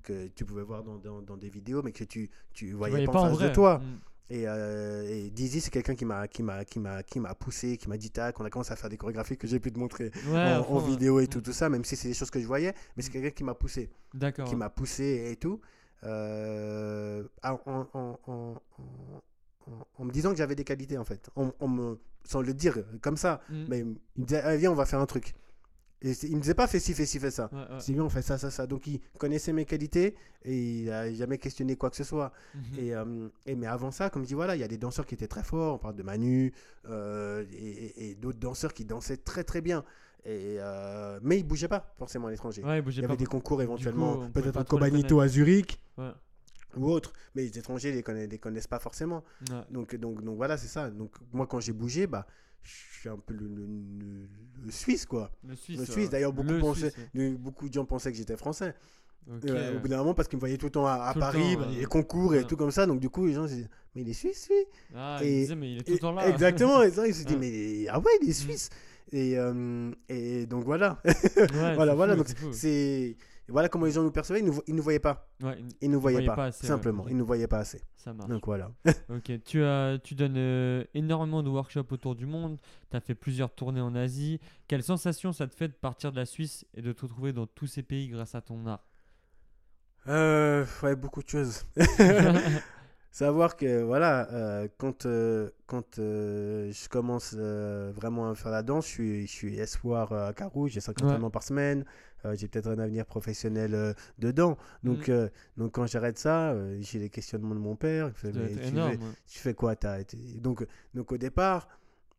que tu pouvais voir dans, dans, dans des vidéos, mais que tu tu voyais, voyais pas, pas en en face vrai. de toi. Mm. Et, euh, et Dizzy, c'est quelqu'un qui m'a, qui, m'a, qui, m'a, qui m'a poussé, qui m'a dit tac, on a commencé à faire des chorégraphies que j'ai pu te montrer Ouais, en, à en fond, vidéo et ouais. tout, tout ça, même si c'est des choses que je voyais, mais c'est quelqu'un qui m'a poussé, D'accord. qui ouais. m'a poussé et tout, euh, en, en, en, en, en- en me disant que j'avais des qualités en fait, on, on me, sans le dire comme ça, Mm. mais il me disait ah, viens, on va faire un truc. Et c'est- il me disait pas fais ci, fais ci, fais ça. Ouais, ouais. C'est bien, on fait ça, ça, ça. Donc il connaissait mes qualités et il a jamais questionné quoi que ce soit. Mhm. Et, euh, et mais avant ça, comme je dis, voilà, il y a des danseurs qui étaient très forts. On parle de Manu euh, et, et- et d'autres danseurs qui dansaient très très bien. Et, euh, mais ils bougeaient pas forcément à l'étranger. Ouais, il bougeait Il y pas avait des beaucoup. concours Du éventuellement, coup, on pouvait peut-être pas au trop les Cobanito à Zurich Ouais. ou autre. Mais les étrangers les connaissent, les connaissent pas forcément. Ouais. Donc, donc, donc voilà, c'est ça. Donc moi, quand j'ai bougé, bah, je suis un peu le, le- le- le Suisse, quoi. Le Suisse. Le Suisse, ouais. d'ailleurs, beaucoup, Le pensaient, Suisse, ouais. de- beaucoup de gens pensaient que j'étais français. Ok. Euh, au bout d'un moment, parce qu'ils me voyaient tout le temps à, à Tout le Paris, temps, bah, ouais. les concours et Ouais. tout comme ça. Donc, du coup, les gens se disaient, mais il est suisse, lui. Ah, Et- il disait, mais il est tout le Et- temps là. Exactement. Et ça, ils se disent, Ouais. mais ah ouais, il est suisse. Et, euh, et donc, voilà. Ouais, voilà, c'est voilà. fou, Donc, c'est fou. c'est. Voilà comment les gens nous percevaient. Ils ne nous, ils nous voyaient pas. Ouais, il- Ils ne nous voyaient voyaient pas. pas assez, ouais. simplement. Ok. Ils ne nous voyaient pas assez. ça marche. Donc, voilà. Ok, tu, as, tu donnes euh, énormément de workshops autour du monde, tu as fait plusieurs tournées en Asie. Quelle sensation ça te fait de partir de la Suisse et de te retrouver dans tous ces pays grâce à ton art? Euh, ouais, beaucoup de choses. Savoir que voilà, euh, quand, euh, quand euh, je commence euh, vraiment à faire la danse, je suis, je suis espoir euh, à Carouge, j'ai cinq Ouais. entraînements par semaine, euh, j'ai peut-être un avenir professionnel euh, dedans. Donc, Mm. euh, donc quand j'arrête ça, euh, j'ai les questionnements de mon père. Il fait, Ça doit mais être tu, énorme. fais, tu fais quoi t'as été... donc, donc au départ,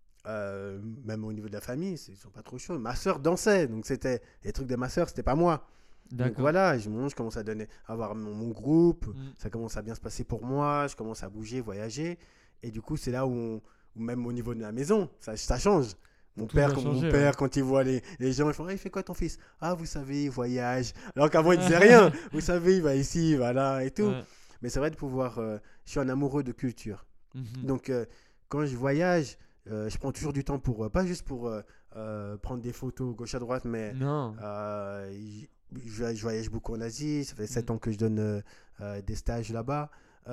euh, même au niveau de la famille, c'est- ils sont pas trop chauds. Ma soeur dansait, donc c'était les trucs de ma soeur, c'était pas moi. Donc D'accord. voilà, je, je commence à donner, à avoir mon, mon groupe, Mm. ça commence à bien se passer pour moi, je commence à bouger, voyager, et du coup c'est là où, on- où même au niveau de la maison, ça, ça change. Mon Tout père, doit quand, changer, mon père ouais. quand il voit les, les gens, ils font ah, il fait quoi ton fils? Ah, vous savez, il voyage. Alors qu'avant, il disait rien. Vous savez, il va ici, il va là et tout. Ouais. Mais c'est vrai de pouvoir. euh, je suis un amoureux de culture. Mhm. Donc, euh, quand je voyage, euh, je prends toujours du temps pour. euh, pas juste pour euh, euh, prendre des photos gauche à droite, mais. Non. Euh, j- je, je voyage beaucoup en Asie, ça fait sept Mm. ans que je donne euh, euh, des stages là-bas.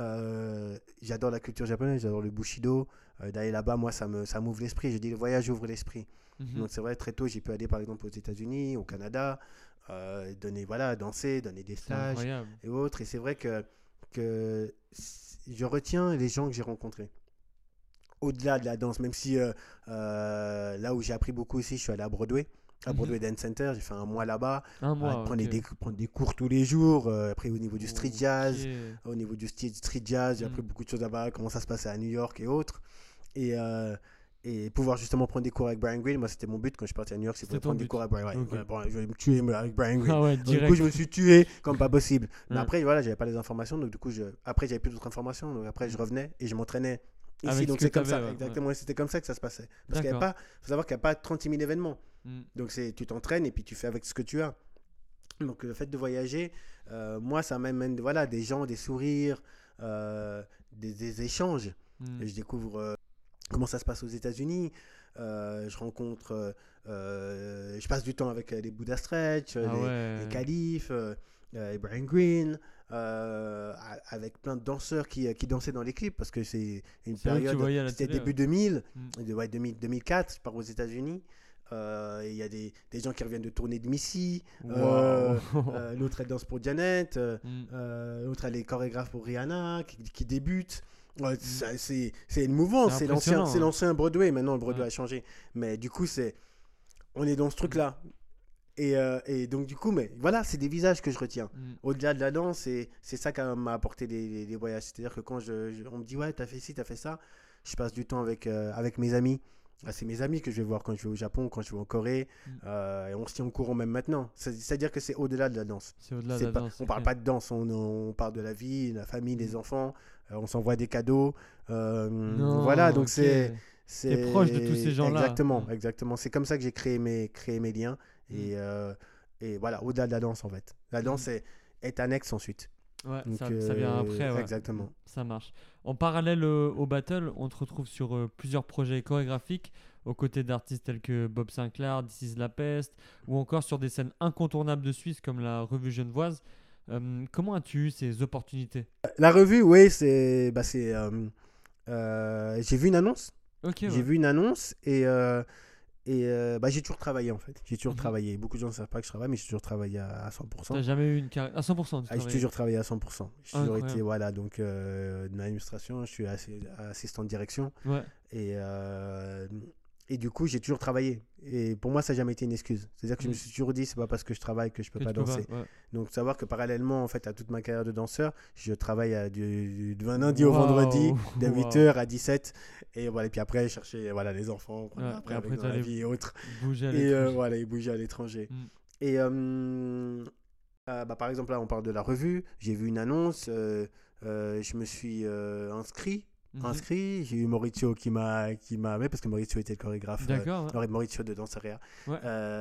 Euh, j'adore la culture japonaise, j'adore le Bushido. Euh, d'aller là-bas, moi, ça me, ça m'ouvre l'esprit. Je dis le voyage ouvre l'esprit. Mhm. Donc c'est vrai, très tôt, j'ai pu aller par exemple aux États-Unis, au Canada, euh, donner, voilà, danser, donner des C'est stages incroyable. et autres. Et c'est vrai que, que c- je retiens les gens que j'ai rencontrés. Au-delà de la danse, même si euh, euh, là où j'ai appris beaucoup aussi, je suis allé à Broadway, à Mhm. Broadway Dance Center, j'ai fait un mois là-bas, Un euh, mois. prendre, ok. des, prendre des cours tous les jours, euh, après au niveau du street jazz, Ok. au niveau du street, street jazz, j'ai appris Mm. beaucoup de choses là-bas, comment ça se passait à New York et autres. Et, euh, et pouvoir justement prendre des cours avec Brian Green, moi c'était mon but quand je suis parti à New York, c'est C'était de ton prendre des but. cours avec Brian Green. Ok. Ouais, bon, je vais me tuer mais avec Brian Green. Ah ouais, Donc, du direct. coup, je me suis tué comme pas possible. Mais Ouais. après, voilà, j'avais pas les informations, donc du coup, je... après, j'avais plus d'autres informations. Donc après, je revenais et je m'entraînais ici. Avec Donc ce c'est que comme t'avais, ça, ouais, exactement. C'était comme ça que ça se passait. Parce qu'il y avait D'accord. pas, faut savoir qu'il n'y a pas trente-six mille événements. Mm. Donc c'est, tu t'entraînes et puis tu fais avec ce que tu as. Donc le fait de voyager, euh, moi, ça m'amène, voilà, des gens, des sourires, euh, des, des échanges. Mm. Et je découvre euh, comment ça se passe aux États-Unis. Euh, je rencontre, euh, euh, je passe du temps avec euh, les Buddha Stretch, euh, Ah les, ouais. les Califs, euh, euh, et Brian Green, euh, a- avec plein de danseurs qui, euh, qui dansaient dans les clips parce que c'est une C'est eux que tu période, voyais à la c'était télé, début ouais. deux mille, Mm. de- ouais, deux mille, deux mille quatre, je pars aux États-Unis. Euh, et il y a des, des gens qui reviennent de tourner de Missy. Euh, Waouh. euh, l'autre elle danse pour Janet. euh, Mm. euh, l'autre elle est chorégraphe pour Rihanna qui, qui débute. Ouais, ça, c'est, c'est une mouvance, C'est c'est l'ancien, impressionnant, c'est hein. l'ancien Broadway. Maintenant le Broadway Ouais. a changé. Mais du coup, c'est, on est dans ce truc-là. Et, euh, et donc du coup, mais voilà, c'est des visages que je retiens. Mm. Au-delà de la danse, c'est, c'est ça qui m'a apporté les, les- les voyages. C'est-à-dire que quand je, je- on me dit ouais, t'as fait ci, t'as fait ça, je passe du temps avec, euh, avec mes amis. Ah, c'est mes amis que je vais voir quand je vais au Japon, quand je vais en Corée. Mm. Euh, et on se tient au courant même maintenant. C'est- C'est-à-dire que c'est au-delà de la danse. C'est au-delà de C'est la pas- danse. on c'est parle clair. pas de danse, on, on parle de la vie, de la famille, des Mm. enfants. Euh, on s'envoie des cadeaux. Euh, Non, voilà, donc ok. c'est, c'est T'es proche de tous ces gens-là. Exactement, Mm. exactement. C'est comme ça que j'ai créé mes, créé mes liens. Et, euh, et voilà, au-delà de la danse en fait. La danse Mm. est, est annexe ensuite. Ouais, Donc, ça, ça vient euh, après. Ouais. exactement. Ça marche. En parallèle euh, au battle, on te retrouve sur euh, plusieurs projets chorégraphiques aux côtés d'artistes tels que Bob Sinclair, This is La Peste, ou encore sur des scènes incontournables de Suisse comme la Revue Genevoise. Euh, comment as-tu eu ces opportunités? La revue, oui, c'est, bah, c'est, euh, euh, j'ai vu une annonce. Ok, J'ai ouais. vu une annonce et, euh, et euh, bah, j'ai toujours travaillé en fait. J'ai toujours Mhm. travaillé. Beaucoup de gens ne savent pas que je travaille, mais j'ai toujours travaillé à, à cent pour cent. T'as jamais eu une carrière à cent pour cent du Ah, j'ai travail? toujours travaillé à cent pour cent. J'ai toujours été, Incroyable. voilà, donc euh, dans l'administration, je suis assi- assistant de direction. Ouais. Et, euh, et du coup, j'ai toujours travaillé. Et pour moi, ça n'a jamais été une excuse. C'est-à-dire que je me Mm. suis toujours dit, c'est pas parce que je travaille que je peux Que pas tu peux pas. danser. Ouais. Donc, savoir que parallèlement, en fait, à toute ma carrière de danseur, je travaille à du, du lundi au vendredi, Waouh, de huit waouh. heures à dix-sept. Et voilà, et puis après, chercher voilà, les enfants, voilà, Ouais, après, et avec après, dans la t'allais vie et autres. bouger à Et euh, l'étranger. voilà, et bouger à l'étranger. Mm. Et euh, euh, bah, par exemple, là, on parle de la revue. J'ai vu une annonce. euh, euh, je me suis euh, inscrit. Mhm. inscrit. J'ai eu Maurizio qui m'a qui m'a ouais, parce que Maurizio était le chorégraphe. euh, D'accord, ouais. alors, Maurizio de Danceria, Ouais.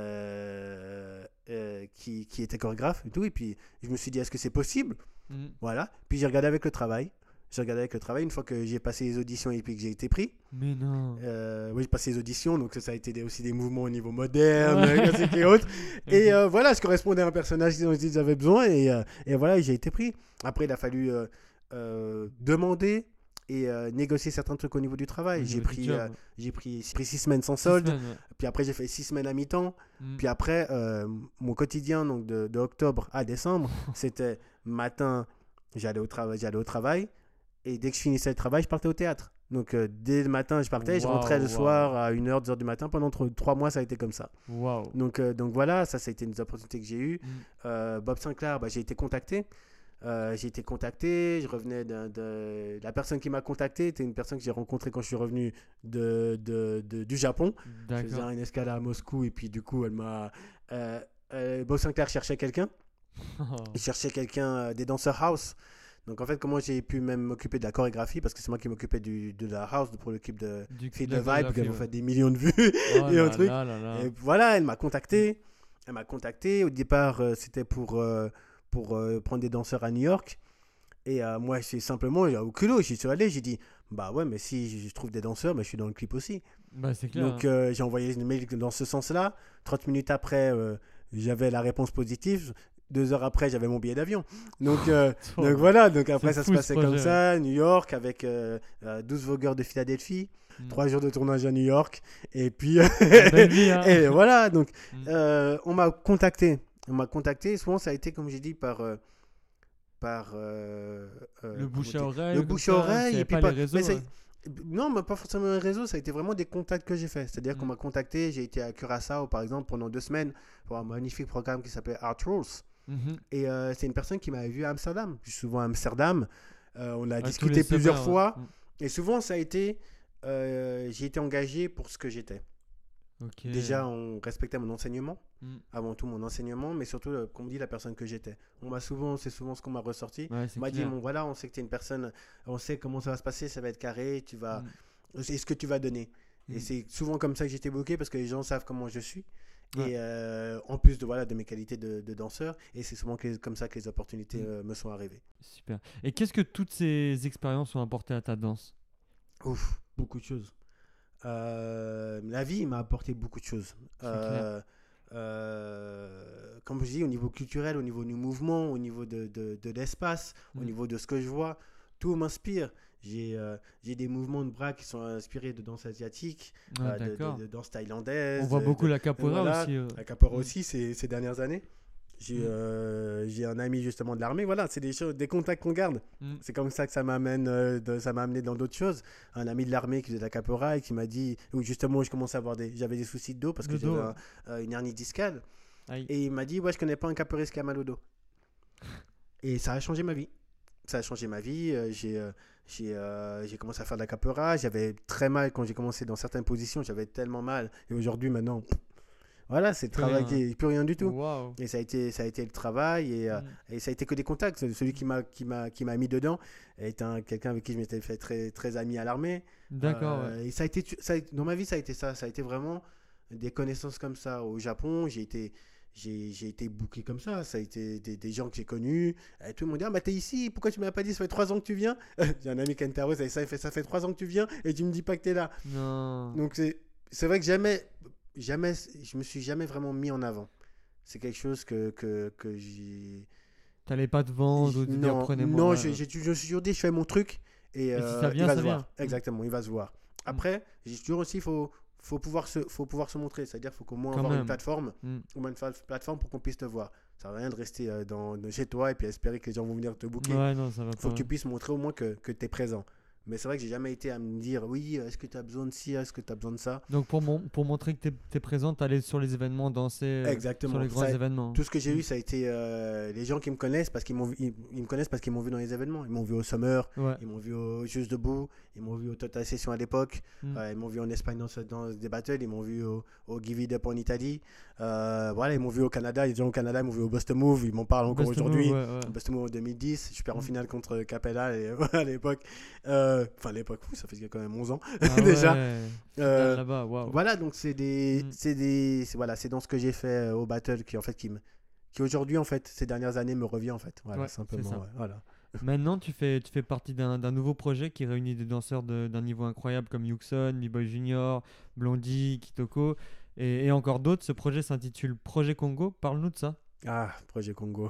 euh, euh, qui, qui était chorégraphe et tout. Et puis, je me suis dit, est-ce que c'est possible? Mm. Voilà. Puis, j'ai regardé avec le travail. J'ai regardé avec le travail. Une fois que j'ai passé les auditions et puis que j'ai été pris, Mais non. euh, oui, j'ai passé les auditions, donc ça, ça a été des- aussi des mouvements au niveau moderne, Ouais. classique et autres. Et Ok. euh, voilà, je correspondais à un personnage dont ils avaient besoin, et, euh, et voilà, j'ai été pris. Après, il a fallu euh, euh, demander et euh, négocier certains trucs au niveau du travail. Au J'ai niveau du pris, job, euh, ouais. j'ai pris, j'ai pris six semaines sans Six solde, semaines, ouais. puis après, j'ai fait six semaines à mi-temps. Mm. Puis après, euh, mon quotidien, donc de, de octobre à décembre, c'était matin, j'allais au, trava- j'allais au travail, et dès que je finissais le travail, je partais au théâtre. Donc euh, dès le matin, je partais, je rentrais le Waouh, soir waouh. à une heure, deux heures du matin. Pendant tro- trois mois, ça a été comme ça. Waouh. Donc, euh, donc voilà, ça, ça a été une des opportunités que j'ai eues. Mm. Euh, Bob Sinclair, bah, j'ai été contacté. Euh, j'ai été contacté, je revenais de, de- La personne qui m'a contacté était une personne que j'ai rencontrée quand je suis revenu de, de- de- du Japon. Je faisais D'accord. une escale à Moscou et puis du coup, elle m'a... Euh, euh, Bob Sinclair cherchait quelqu'un. Il cherchait quelqu'un, euh, des danseurs house. Donc en fait, comment j'ai pu même m'occuper de la chorégraphie, parce que c'est moi qui m'occupais du, de la house pour l'équipe de Du Feel de la the Vibe, qui chorégraphie, avait ouais. fait des millions de vues Oh et un là truc. là là là. Et voilà, elle m'a contacté. Elle m'a contacté. Au départ, euh, c'était pour, euh, pour euh, prendre des danseurs à New York. Et euh, moi, c'est simplement, au culot, j'y suis allé, j'ai dit, bah ouais, mais si je trouve des danseurs, bah, je suis dans le clip aussi. Bah, c'est clair. Donc hein. euh, j'ai envoyé une mail dans ce sens-là. trente minutes après, euh, j'avais la réponse positive. Deux heures après, j'avais mon billet d'avion. Donc, euh, Oh, donc voilà, donc après c'est ça fou, se ce passait projet, comme ça, New York, avec euh, euh, douze vogueurs de Philadelphie, Mm. trois jours de tournage à New York, et puis... Belle vie, hein. et voilà, donc Mm. euh, on m'a contacté. On m'a contacté, et souvent ça a été, comme j'ai dit, par... euh, par euh, euh, Le bouche comment à dire, oreille. le comme bouche ça, à s'il y oreille, avait et puis pas pas... les réseaux. mais c'est- ouais. non, mais pas forcément un réseau, ça a été vraiment des contacts que j'ai fait. C'est-à-dire qu'on Mm. m'a contacté, j'ai été à Curaçao par exemple pendant deux semaines pour un magnifique programme qui s'appelait Art Rules. Mhm. Et euh, c'est une personne qui m'avait vu à Amsterdam. Je suis souvent à Amsterdam. Euh, on a À tous discuté les plusieurs summers, fois. ouais. Et souvent, ça a été. euh, j'ai été engagé pour ce que j'étais. Mm. Ok. Déjà, on respectait mon enseignement. Mm. Avant tout, mon enseignement. Mais surtout, euh, comme dit, la personne que j'étais. On m'a souvent, c'est souvent ce qu'on m'a ressorti. Ouais, c'est On m'a dit, clair. bon, voilà, on sait que tu es une personne. On sait comment ça va se passer. Ça va être carré. Tu vas. Mm. C'est ce que tu vas donner. Et Mm. c'est souvent comme ça que j'ai été bloqué parce que les gens savent comment je suis. Ouais. Et euh, en plus de, voilà, de mes qualités de, de danseur. Et c'est souvent que- comme ça que les opportunités Mm. euh, me sont arrivées. Super. Et qu'est-ce que toutes ces expériences ont apporté à ta danse? Ouf, beaucoup de choses. Euh, la vie m'a apporté beaucoup de choses. C'est Euh, euh, comme je dis, au niveau culturel, au niveau du mouvement, au niveau de, de, de l'espace, au Mm. niveau de ce que je vois, tout m'inspire. J'ai euh, j'ai des mouvements de bras qui sont inspirés de danse asiatique, Ah, euh, de, d'accord. de, de danse thaïlandaise. On voit de- beaucoup de- la capoeira voilà, aussi. euh. La capoeira Mm. aussi, ces, ces dernières années. J'ai Mm. euh, j'ai un ami justement de l'armée. Voilà, c'est des choses, des contacts qu'on garde. Mm. C'est comme ça que ça m'amène, euh, de- ça m'a amené dans d'autres choses. Un ami de l'armée qui faisait de la capoeira et qui m'a dit, où justement je commençais à avoir des, j'avais des soucis de dos parce que De dos, j'avais un- euh, une hernie discale. Aïe. Et il m'a dit, ouais, je connais pas un capoeiriste qui a mal au dos. Et ça a changé ma vie. Ça a changé ma vie. Euh, j'ai, euh, j'ai, euh, j'ai commencé à faire de la capoeira. J'avais très mal quand j'ai commencé dans certaines positions. J'avais tellement mal. Et aujourd'hui, maintenant, pff, voilà, c'est le Plus travail rien. qui plus rien du tout. Waouh. Et ça a été, ça a été le travail et, euh, Mm. et ça a été que des contacts. Celui qui m'a, qui m'a, qui m'a mis dedans est un, quelqu'un avec qui je m'étais fait très, très ami à l'armée. D'accord. Euh, ouais. Et ça a été, ça a- dans ma vie, ça a été ça. Ça a été vraiment des connaissances comme ça. Au Japon, j'ai été, j'ai, j'ai été booké comme ça. Ça a été des, des gens que j'ai connus. Et tout le monde dit, ah, bah, t'es ici, pourquoi tu m'as pas dit, ça fait trois ans que tu viens? J'ai un ami Kentaro, ça, ça fait, ça fait trois ans que tu viens et tu me dis pas que t'es là. Non. Donc c'est, c'est vrai que jamais, jamais, je me suis jamais vraiment mis en avant. C'est quelque chose que, que, que j'ai, T'allais pas te vendre ou te dire Non, prenez-moi. non euh, j'ai, j'ai, je me suis toujours dit, je fais mon truc et, Et si euh, ça vient, il va ça se vient. voir. Exactement, il va se voir. Après, j'ai toujours aussi, il faut, faut, pouvoir se, faut pouvoir se montrer. C'est-à-dire qu'il faut qu'au moins Quand avoir même. une plateforme, Mm. au moins une fa- plateforme pour qu'on puisse te voir. Ça ne sert à rien de rester euh, dans, de chez toi et puis espérer que les gens vont venir te booker. Ouais, non, ça va Il faut pas. que tu puisses montrer au moins que, que tu es présent. Mais c'est vrai que j'ai jamais été à me dire, oui, est-ce que tu as besoin de ci, est-ce que tu as besoin de ça. Donc pour, mon, pour montrer que tu es présent, t'allais sur les événements, danser euh, Exactement. sur les grands Ça- événements. Tout ce que j'ai Mm. eu, ça a été euh, les gens qui me connaissent parce qu'ils m'ont vu, ils, ils me connaissent parce qu'ils m'ont vu dans les événements. Ils m'ont vu au Summer, Ouais. ils m'ont vu au Juste Debout, ils m'ont vu au Total Session à l'époque, Mm. euh, ils m'ont vu en Espagne dans, ce- dans des battles, ils m'ont vu au, au Give It Up en Italie. Euh, voilà, ils m'ont vu au Canada, les gens au Canada, ils m'ont vu au Bust a Move, ils m'en parlent encore Best of aujourd'hui. Move, ouais, ouais. Bust a Move en deux mille dix, je perds en Mm. finale contre Capella et, à l'époque. Euh, Enfin, à l'époque, fou, ça fait quand même onze ans. Ah déjà. ouais, Euh, finale là-bas, waouh. Voilà, donc c'est des, Mm. c'est des, c'est- voilà, c'est dans ce que j'ai fait euh, au battle qui en fait qui me, qui aujourd'hui en fait ces dernières années me revient en fait. Voilà, Ouais, simplement. c'est ça. Ouais, voilà. Maintenant, tu fais, tu fais partie d'un d'un nouveau projet qui réunit des danseurs de- d'un niveau incroyable comme Yuxon, B-Boy Junior, Blondie, Kitoko et, et encore d'autres. Ce projet s'intitule Projet Congo. Parle-nous de ça. Ah, Projet Congo.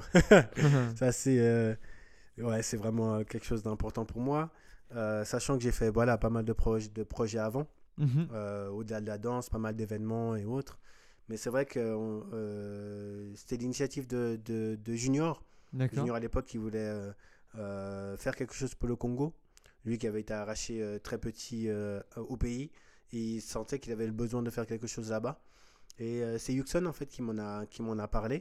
Ça c'est, euh, ouais, c'est vraiment euh, quelque chose d'important pour moi, Euh, sachant que j'ai fait voilà pas mal de projets, de projets avant, Mhm. euh, au-delà de la danse, pas mal d'événements et autres. Mais c'est vrai que on- euh, c'était l'initiative de, de, de Junior. D'accord. Junior à l'époque qui voulait euh, euh, faire quelque chose pour le Congo. Lui qui avait été arraché euh, très petit euh, au pays. Et il sentait qu'il avait le besoin de faire quelque chose là-bas. Et euh, c'est Yuxon en fait qui m'en a, qui m'en a parlé.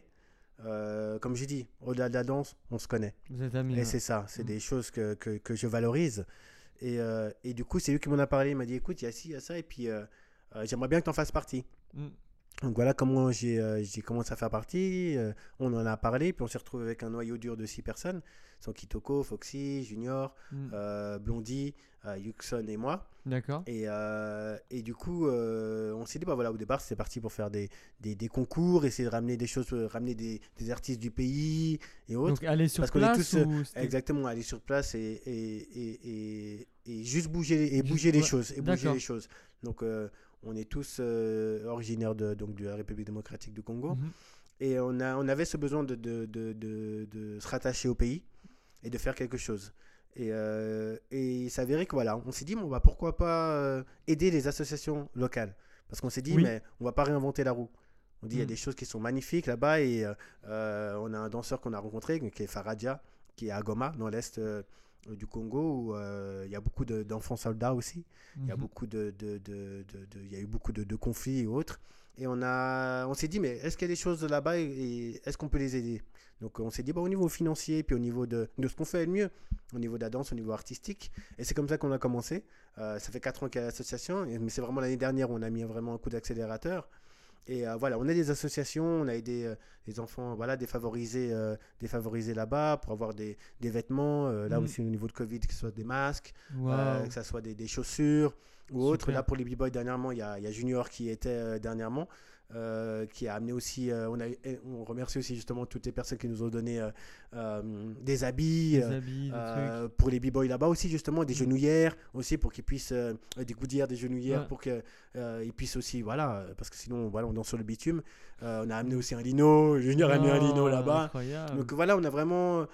Euh, comme j'ai dit, au-delà de la danse, on se connaît. Vous êtes amis. Et ouais. c'est ça, c'est Mm. des choses que, que, que je valorise. Et, euh, et du coup, c'est lui qui m'en a parlé. Il m'a dit, écoute, il y a ci, il y a ça. Et puis, euh, euh, j'aimerais bien que tu en fasses partie. Mm. Donc voilà comment j'ai euh, j'ai commencé à faire partie. Euh, on en a parlé, puis on s'est retrouvé avec un noyau dur de six personnes. Sont Kitoko, Foxy, Junior, Mm. euh, Blondie, euh, Yuxon et moi. D'accord. Et, euh, et du coup, euh, on s'est dit, bah voilà, au départ, c'était parti pour faire des, des, des concours, essayer de ramener des choses, euh, ramener des, des artistes du pays et autres. Donc aller sur Parce qu'on est place tous, euh, ou c'était- Exactement, aller sur place et, et, et, et, et juste bouger, les- et bouger les ouais, choses. Et bouger d'accord. les choses. Donc, euh, on est tous euh, originaires de, donc, de la République démocratique du Congo. Mhm. Et on, a, on avait ce besoin de, de, de, de, de se rattacher au pays et de faire quelque chose. Et, euh, et il s'avérait que voilà, on s'est dit, bon, bah, pourquoi pas euh, aider les associations locales. Parce qu'on s'est dit, Oui. mais on va pas réinventer la roue. On dit, il y a Mm. des choses qui sont magnifiques là-bas. Et euh, euh, on a un danseur qu'on a rencontré, qui est Faradja, qui est à Goma, dans l'est euh, du Congo, où euh, il y a beaucoup de- d'enfants soldats aussi. Il y a Mhm. beaucoup de, de, de, de- de- il y a eu beaucoup de, de conflits et autres. Et on a, on s'est dit, mais est-ce qu'il y a des choses là-bas et, et est-ce qu'on peut les aider? Donc on s'est dit, bah, au niveau financier, puis au niveau de, de ce qu'on fait le mieux, au niveau de la danse, au niveau artistique. Et c'est comme ça qu'on a commencé. Euh, ça fait quatre ans qu'il y a l'association, et- mais c'est vraiment l'année dernière où on a mis vraiment un coup d'accélérateur. Et euh, voilà, on a des associations, on a aidé euh, les enfants voilà, défavorisés, euh, défavorisés là-bas pour avoir des, des vêtements. euh, là Mm. aussi, au niveau de Covid, que ce soit des masques, Waouh. euh, que ce soit des, des chaussures ou autres. Super. Là, pour les B-Boys, dernièrement, il y a, il y a Junior qui était euh, dernièrement, euh, qui a amené aussi. euh, on, a, et on remercie aussi justement toutes les personnes qui nous ont donné euh, euh, des habits. Des euh, habits, des euh, trucs. pour les b-boys là-bas aussi justement des Mm. genouillères aussi pour qu'ils puissent euh, des gouttières, des genouillères Ouais. pour qu'ils puissent aussi voilà euh, parce que sinon voilà on danse sur le bitume. Euh, on a amené aussi un lino, Junior a amené un lino Oh, là-bas. Incroyable. Donc voilà, on a vraiment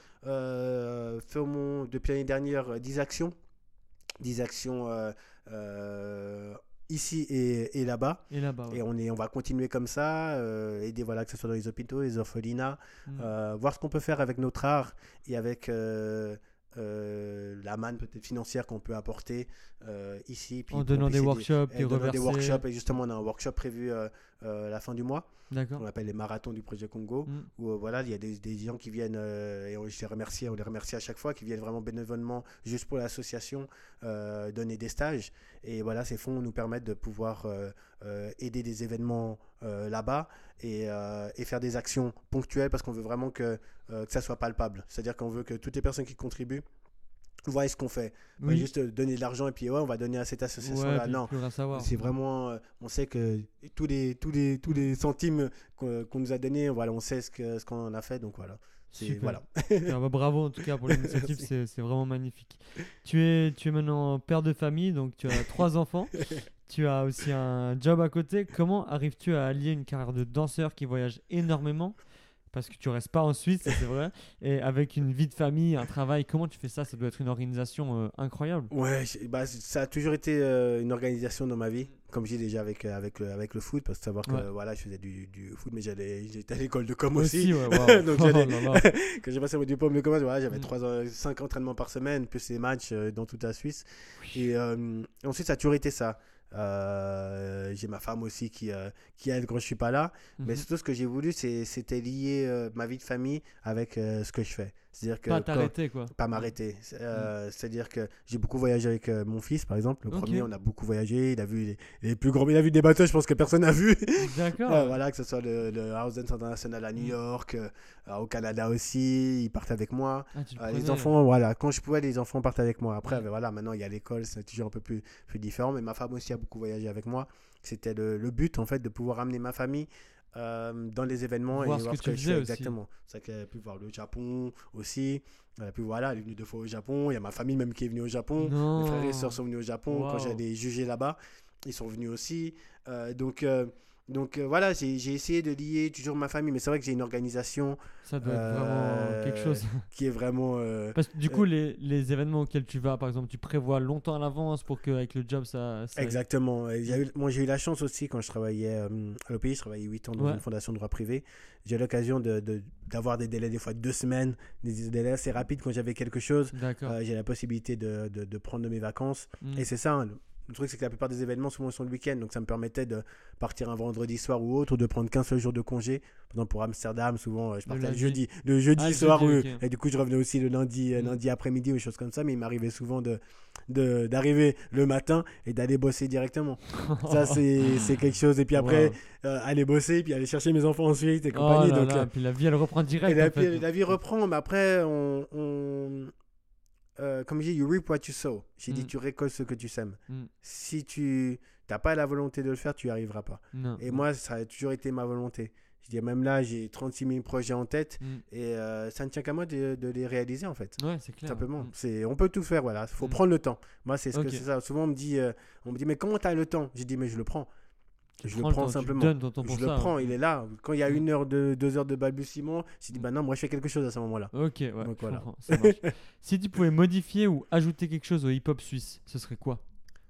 euh, fait au moins, depuis l'année dernière euh, dix actions dix actions euh, euh, ici et, et là-bas. Et là-bas. ouais. Et on, est, on va continuer comme ça, euh, aider voilà, que ce soit dans les hôpitaux, les orphelinats, Mm. euh, voir ce qu'on peut faire avec notre art et avec euh, euh, la manne peut-être financière qu'on peut apporter euh, ici. Puis En qu'on donnant puisse des aider- workshops, et puis donnant des reverser. workshops. Et justement, on a un workshop prévu euh, euh, la fin du mois, D'accord. on appelle les marathons du projet Congo, Mm. où euh, voilà, il y a des, des gens qui viennent, euh, et on, je les remercie, on les remercie à chaque fois, qui viennent vraiment bénévolement juste pour l'association, euh, donner des stages. Et voilà, ces fonds nous permettent de pouvoir euh, euh, aider des événements euh, là-bas et, euh, et faire des actions ponctuelles parce qu'on veut vraiment que, euh, que ça soit palpable. C'est-à-dire qu'on veut que toutes les personnes qui contribuent voient ce qu'on fait. Pas Oui. juste donner de l'argent et puis ouais, on va donner à cette Ouais, association-là. puis non. plus rien savoir. C'est vraiment, euh, on sait que tous les, tous les, tous les centimes qu'on qu'on nous a donnés, voilà, on sait ce que ce qu'on en a fait, donc voilà. C'est- Super. voilà. Ah bah, bravo en tout cas pour l'initiative, Merci. c'est c'est vraiment magnifique. Tu es, tu es maintenant père de famille, donc tu as trois enfants. Tu as aussi un job à côté. Comment arrives-tu à allier une carrière de danseur qui voyage énormément, parce que tu restes pas en Suisse, ça, c'est vrai. Et avec une vie de famille, un travail, comment tu fais ça? Ça doit être une organisation euh, incroyable. Ouais, j'ai- bah, ça a toujours été euh, une organisation dans ma vie, comme j'ai déjà avec, euh, avec, le, avec le foot, parce que savoir que Ouais. voilà, je faisais du, du foot, mais j'allais, j'étais à l'école de com aussi. ouais, wow. Donc, Oh j'allais- là là. Quand j'ai passé mon diplôme de commerce, voilà, j'avais Mm. trois ans- cinq entraînements par semaine, plus les matchs euh, dans toute la Suisse. Et euh, ensuite, ça a toujours été ça. Euh, j'ai ma femme aussi qui, euh, qui aide quand je suis pas là. Mais Mhm. surtout, ce que j'ai voulu, c'est, c'était lier euh, ma vie de famille avec euh, ce que je fais. C'est-à-dire que Pas quand- t'arrêter, quoi. pas m'arrêter. C'est- euh, C'est-à-dire que j'ai beaucoup voyagé avec euh, mon fils, par exemple. Le Ok. premier, on a beaucoup voyagé. Il a vu les, les plus grands. Il a vu des bateaux, je pense que personne n'a vu. D'accord. Euh, voilà, que ce soit le, le House Dance International à New Mm. York, euh, au Canada aussi. Ils partent avec moi. Ah, tu le Euh, les prenais. enfants, voilà, quand je pouvais, les enfants partent avec moi. Après, Ouais. ben voilà, maintenant il y a l'école, c'est toujours un peu plus, plus différent. Mais ma femme aussi a beaucoup voyagé avec moi. C'était le, le but, en fait, de pouvoir amener ma famille euh, dans les événements Voir et ce voir que ce tu que je faisais fais aussi. exactement. C'est vrai qu'elle a pu voir le Japon aussi. Elle a pu, voilà, elle est venue deux fois au Japon. Il y a ma famille même qui est venue au Japon. Non. Mes frères et sœurs sont venus au Japon. Quand Wow. j'allais juger là-bas, ils sont venus aussi. Euh, donc, euh, donc euh, voilà, j'ai j'ai essayé de lier toujours ma famille. Mais c'est vrai que j'ai une organisation Ça doit être Euh, vraiment quelque chose. qui est vraiment... euh, Parce que du coup, les, les événements auxquels tu vas, par exemple, tu prévois longtemps à l'avance pour qu'avec le job, ça. ça- Exactement. Et j'ai eu- moi, j'ai eu la chance aussi, quand je travaillais euh, à l'O P I, je travaillais huit ans dans Ouais. une fondation de droit privé. J'ai eu l'occasion de, de- d'avoir des délais, des fois de deux semaines, des délais assez rapides quand j'avais quelque chose. D'accord. Euh, j'ai la possibilité de, de, de prendre de mes vacances. Mm. Et c'est ça, hein, le, le truc, c'est que la plupart des événements, souvent, sont le week-end. Donc, ça me permettait de partir un vendredi soir ou autre, ou de prendre qu'un seul jour de congé. Par exemple, pour Amsterdam, souvent, euh, je Le partais le lundi. jeudi, le jeudi Ah, le soir. jeudi, oui. ok. Et du coup, je revenais aussi le lundi, euh, Mm. lundi après-midi ou des choses comme ça. Mais il m'arrivait souvent de, de, d'arriver le matin et d'aller bosser directement. Ça, c'est, c'est quelque chose. Et puis après, Wow. euh, aller bosser, puis aller chercher mes enfants ensuite et Oh compagnie. là donc, là, euh, puis la vie, elle reprend direct. et la, en fait. vie- la vie reprend, mais après, on, on- euh, comme je dis, you reap what you sow. J'ai dit, Mm. tu récoltes ce que tu sèmes. Mm. Si tu n'as pas la volonté de le faire, tu n'y arriveras pas. Non. Et non. moi, ça a toujours été ma volonté. Je dis, même là, j'ai trente-six mille projets en tête Mm. et euh, ça ne tient qu'à moi de, de les réaliser, en fait. Ouais, c'est clair. Simplement. Mm. C'est, on peut tout faire, voilà. Il faut Mm. prendre le temps. Moi, c'est ce Ok. que c'est ça. Souvent, on me dit, euh, on me dit mais comment tu as le temps? J'ai dit, mais je le prends. Tu je le prends le prends temps, tu simplement. donnes ton temps pour Je ça, le prends, ouais. il est là. Quand il y a Mm. une heure, de, deux heures de balbutiement, j'ai dit, Mm. bah non, moi, je fais quelque chose à ce moment-là. Ok, ouais. Donc, je voilà. comprends, ça marche. Si tu pouvais modifier ou ajouter quelque chose au hip-hop suisse, ce serait quoi?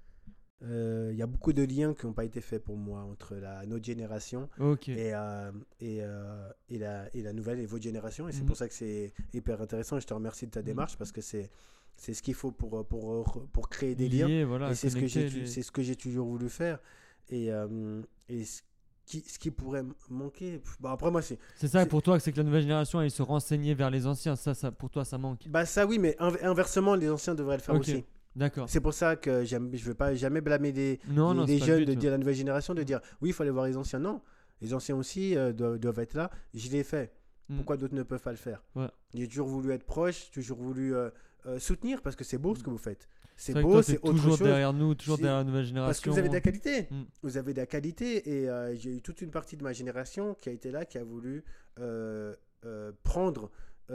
Euh, Il y a beaucoup de liens qui n'ont pas été faits pour moi entre la, notre génération Ok. et, euh, et, euh, et, la, et la nouvelle et votre génération. Et c'est Mhm. pour ça que c'est hyper intéressant. Je te remercie de ta Mhm. démarche parce que c'est, c'est ce qu'il faut pour, pour, pour créer des liens. Lier, voilà, et c'est ce, que j'ai, connecter tu- les- c'est ce que j'ai toujours voulu faire. Et, euh, et ce, qui, ce qui pourrait m- manquer. pff, Bah après, moi, c'est. C'est ça c'est- pour toi, c'est que la nouvelle génération, elle se renseignait vers les anciens. Ça, ça, pour toi, ça manque. Bah ça, oui, mais inv- inversement, les anciens devraient le faire Ok. aussi. D'accord. C'est pour ça que j'aime, je ne veux pas jamais blâmer des, Non, des, non, des c'est pas le jeunes, but, de ouais. dire la nouvelle génération, de dire oui, il faut aller voir les anciens. Non, les anciens aussi euh, doivent, doivent être là. Je l'ai fait. Mm. Pourquoi d'autres ne peuvent pas le faire? Ouais. J'ai toujours voulu être proche, toujours voulu euh, euh, soutenir parce que c'est beau ce que vous faites. C'est vrai que beau, toi, c'est t'es autre toujours chose. derrière nous, toujours C'est- derrière la nouvelle Parce génération. que vous avez de la qualité. Mm. Vous avez de la qualité et euh, j'ai eu toute une partie de ma génération qui a été là, qui a voulu euh, euh, prendre,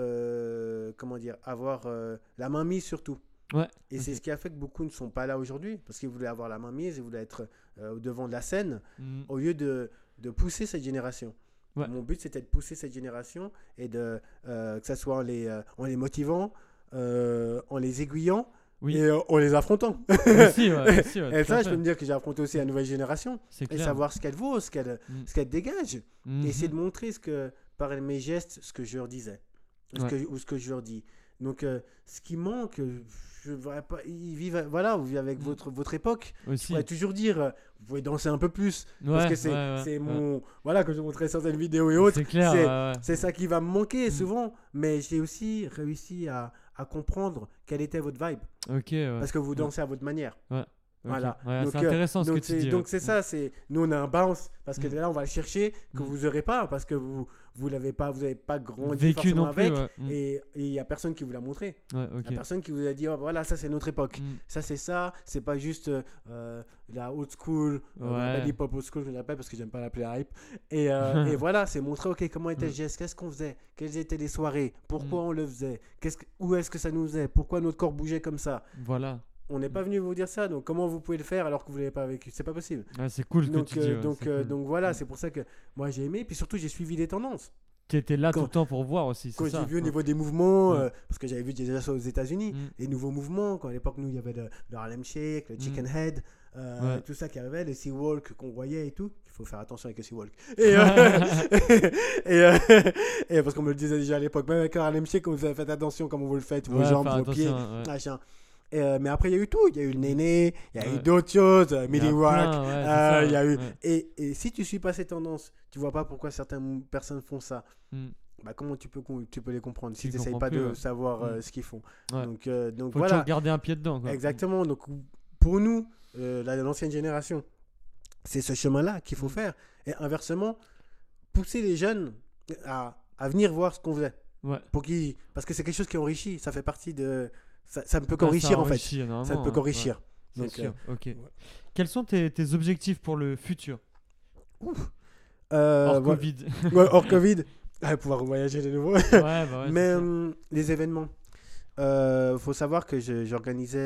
euh, comment dire, avoir euh, la main mise sur tout. Ouais. Et c'est ok. ce qui a fait que beaucoup ne sont pas là aujourd'hui parce qu'ils voulaient avoir la main mise, ils voulaient être euh, au devant de la scène Mm. au lieu de, de pousser cette génération. Ouais. Mon but, c'était de pousser cette génération et de, euh, que ce soit en les, euh, en les motivant, euh, en les aiguillant Oui. et euh, en les affrontant. Aussi, ouais, aussi, ouais, Et tout à ça, je fait. peux me dire que j'ai affronté aussi la nouvelle génération C'est et clair. savoir ce qu'elle vaut, ce qu'elle Mm. ce qu'elle dégage. Mhm. Et essayer de montrer ce que, par mes gestes ce que je leur disais ce Ouais. que, ou ce que je leur dis. Donc, euh, ce qui manque, euh, je ne pas. Ils vivent, voilà, vous vivez avec Mm. votre, votre époque. Je Aussi. pourrais toujours dire, euh, vous pouvez danser un peu plus. parce Ouais, que c'est ouais, ouais, c'est ouais. mon. Voilà, quand je montrais certaines vidéos et autres, C'est clair. c'est- ouais, ouais. c'est ça qui va me manquer Mm. souvent. Mais j'ai aussi réussi à, à comprendre quelle était votre vibe. Ok, ouais. Parce que vous Ouais. dansez à votre manière. Ok. Voilà. Ouais, Donc, c'est euh, intéressant ce Donc que tu c'est dis. donc ouais. c'est ça, c'est nous on a un bounce parce que Mm. là on va le chercher que Mm. vous n'aurez pas parce que vous vous l'avez pas, vous n'avez pas grandi Vécu forcément non plus. avec ouais. Mm. et il y a personne qui vous l'a montré. Ouais, Il ok. y a personne qui vous a dit oh, voilà ça c'est notre époque. Mm. Ça c'est ça, c'est pas juste euh, la old school, euh, Ouais. la hip hop old school je l'appelle parce que j'aime pas l'appeler hype. Et, euh, et voilà, c'est montrer ok comment était le Mm. geste, qu'est-ce qu'on faisait, quelles étaient les soirées, pourquoi Mm. on le faisait, qu'est-ce que, où est-ce que ça nous faisait, pourquoi notre corps bougeait comme ça. Voilà. On n'est pas venu vous dire ça, donc comment vous pouvez le faire alors que vous l'avez pas vécu, c'est pas possible. Ouais, c'est cool ce que Donc, tu euh, dis. ouais, donc, c'est euh, cool. donc voilà, Mm. c'est pour ça que moi j'ai aimé. Puis surtout, j'ai suivi les tendances. Tu étais là Quand- tout le temps pour voir aussi, c'est Quand ça. j'ai vu au Ouais. niveau des mouvements, Ouais. euh, parce que j'avais vu déjà ça aux États-Unis, Mm. les nouveaux mouvements, quand à l'époque, nous, il y avait le, le Harlem Shake, le Chicken Mm. Head, euh, Ouais. tout ça qui arrivait, le Sea Walk qu'on voyait et tout. Il faut faire attention avec le Sea Walk. Et, euh, et, euh, et parce qu'on me le disait déjà à l'époque, même avec le Harlem Shake, vous faites attention comment vous le faites, vos Ouais, jambes, faire vos pieds, attention, ouais. machin. Et, euh, mais après, il y a eu tout. Il y a eu le Néné, il y a eu Ouais. d'autres choses, euh, Il y Millie a Rock. plein, ouais, c'est euh, ça, il y a eu... ouais. et, et si tu suis pas ces tendances, tu vois pas pourquoi certaines personnes font ça. Mm. Bah, comment tu peux, tu peux les comprendre si Tu tu n'essayes comprends pas plus, de ouais. savoir euh, Mm. ce qu'ils font. Ouais. Donc, euh, donc Faut voilà. toujours garder un pied dedans, quoi. Exactement. Donc, pour nous, euh, la- l'ancienne génération, c'est ce chemin-là qu'il faut Mm. faire. Et inversement, pousser les jeunes à, à venir voir ce qu'on faisait. Ouais. Pour qu'ils... Parce que c'est quelque chose qui enrichit. Ça fait partie de... Ça, ça ne peut Ouais, ça qu'enrichir, en fait. enrichit énormément, Ça ne peut hein. qu'enrichir. Ouais, Donc, c'est sûr. euh, Ok. Quels sont tes, tes objectifs pour le futur euh, hors voilà. Covid? Ouais, hors Covid. Ah, pouvoir voyager de nouveau. Ouais, bah ouais, Mais c'est sûr. hum, les événements. Il faut savoir que je- j'organisais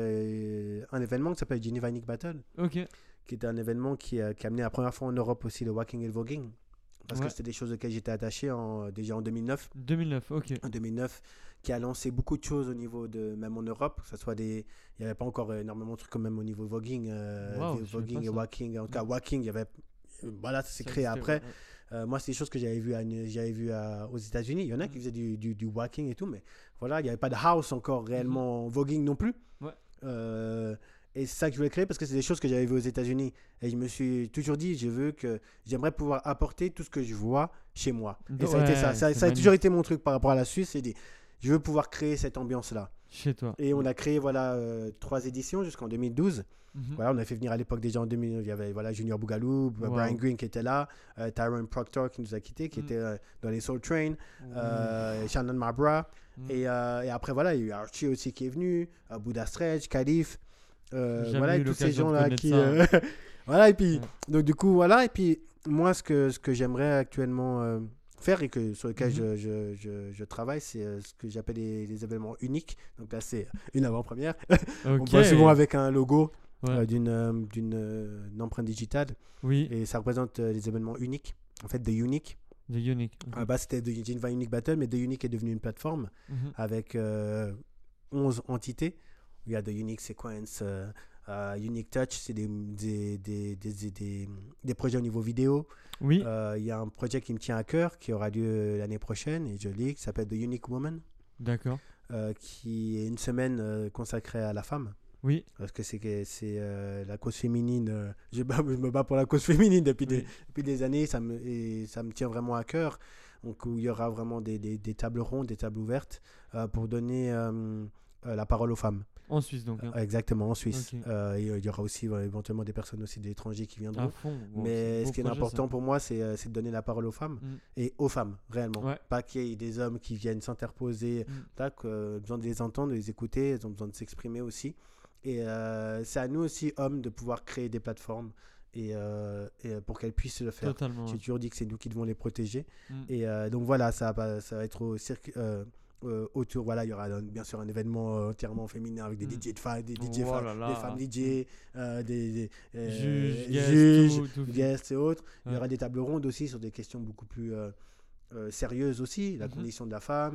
euh, un événement qui s'appelle Geneva Unique Battle, Ok. qui était un événement qui, a- qui a amené la première fois en Europe aussi le walking et le voguing. Parce Ouais. que c'était des choses auxquelles j'étais attaché en, déjà en deux mille neuf. deux mille neuf, ok. En deux mille neuf, qui a lancé beaucoup de choses au niveau de, même en Europe, que ce soit des, il n'y avait pas encore énormément de trucs quand même au niveau voguing, euh, Wow, des je savais voguing pas et ça. walking. En tout cas, walking, il y avait, voilà, ça s'est Ça créé existait, après. ouais, ouais. Euh, moi, c'est des choses que j'avais vues, à- j'avais vu à- aux États-Unis. Il y en a qui Mhm. faisaient du, du, du walking et tout, mais voilà, il n'y avait pas de house encore réellement en voguing non plus. Ouais. Euh, et c'est ça que je voulais créer parce que c'est des choses que j'avais vues aux États-Unis. Et je me suis toujours dit, je veux que j'aimerais pouvoir apporter tout ce que je vois chez moi. Et ça a été Ouais, ça. Ça, c'est ça a magnifique. toujours été mon truc par rapport à la Suisse. C'est dit, je veux pouvoir créer cette ambiance-là. Chez toi. Et on a créé voilà euh, trois éditions jusqu'en deux mille douze. Mhm. Voilà, on a fait venir à l'époque déjà en deux mille, il y avait voilà, Junior Bougalou, Wow. Brian Green qui était là, euh, Tyrone Proctor qui nous a quittés, qui Mm. était euh, dans les Soul Train, Oui. euh, Shannon Marbra. Mm. Et, euh, et après, voilà, il y a eu Archie aussi qui est venu, euh, Buddha Stretch, Khalif. euh, Jamais voilà, eu et tous ces l'occasion de gens-là connaître qui. ça. euh, voilà, et puis, Ouais. donc du coup, voilà, et puis moi, ce que, ce que j'aimerais actuellement euh, faire et que, sur lequel Mhm. je, je, je, je travaille, c'est euh, ce que j'appelle les, les événements uniques. Donc là, c'est une avant-première. On Ok. voit souvent avec un logo Ouais. euh, d'une euh, d'une euh, une empreinte digitale Oui, et ça représente euh, les événements uniques. En fait, The Unique. de Unique. À la base, c'était The Geneva Unique Battle, mais The Unique est devenu une plateforme Mhm. avec euh, onze entités. Il y a The Unique Sequence, euh, euh, Unique Touch, c'est des, des, des, des, des, des projets au niveau vidéo. Oui, Euh, Il y a un projet qui me tient à cœur qui aura lieu l'année prochaine et je lis, qui s'appelle The Unique Woman, d'accord. euh, qui est une semaine euh, consacrée à la femme. Oui, Parce que c'est que c'est euh, la cause féminine. euh, je, bats- je me bats pour la cause féminine depuis, des, oui. depuis des années. Ça me, et ça me tient vraiment à cœur. Donc, où il y aura vraiment des, des, des tables rondes, des tables ouvertes euh, pour donner euh, euh, la parole aux femmes. En Suisse donc. hein. Exactement, en Suisse. Ok. Euh, et, euh, il y aura aussi euh, éventuellement des personnes aussi de l'étranger qui viendront. À fond. Bon, c'est Mais un beau ce qui est projet, important ça. pour moi, c'est euh, c'est de donner la parole aux femmes. Mm. Et aux femmes, réellement. Ouais. Pas qu'il y ait des hommes qui viennent s'interposer. Mm. Tac, euh, besoin de les entendre, de les écouter. Elles ont besoin de s'exprimer aussi. Et euh, c'est à nous aussi, hommes, de pouvoir créer des plateformes et, euh, et pour qu'elles puissent le faire. Totalement. J'ai ouais. toujours dit que c'est nous qui devons les protéger. Mm. Et euh, donc voilà, ça va, ça va être au circuit. Euh, euh, autour, voilà, il y aura un- bien sûr un événement euh, entièrement féminin avec des Mm. D J de femmes, des D J Oh femmes, là là. des femmes D J, euh, des, des, euh, Juges, guests, juges, tout, tout. guests et autres. Il y Ouais. aura des tables rondes aussi sur des questions beaucoup plus euh, euh, sérieuses aussi, la Mhm. condition de la femme.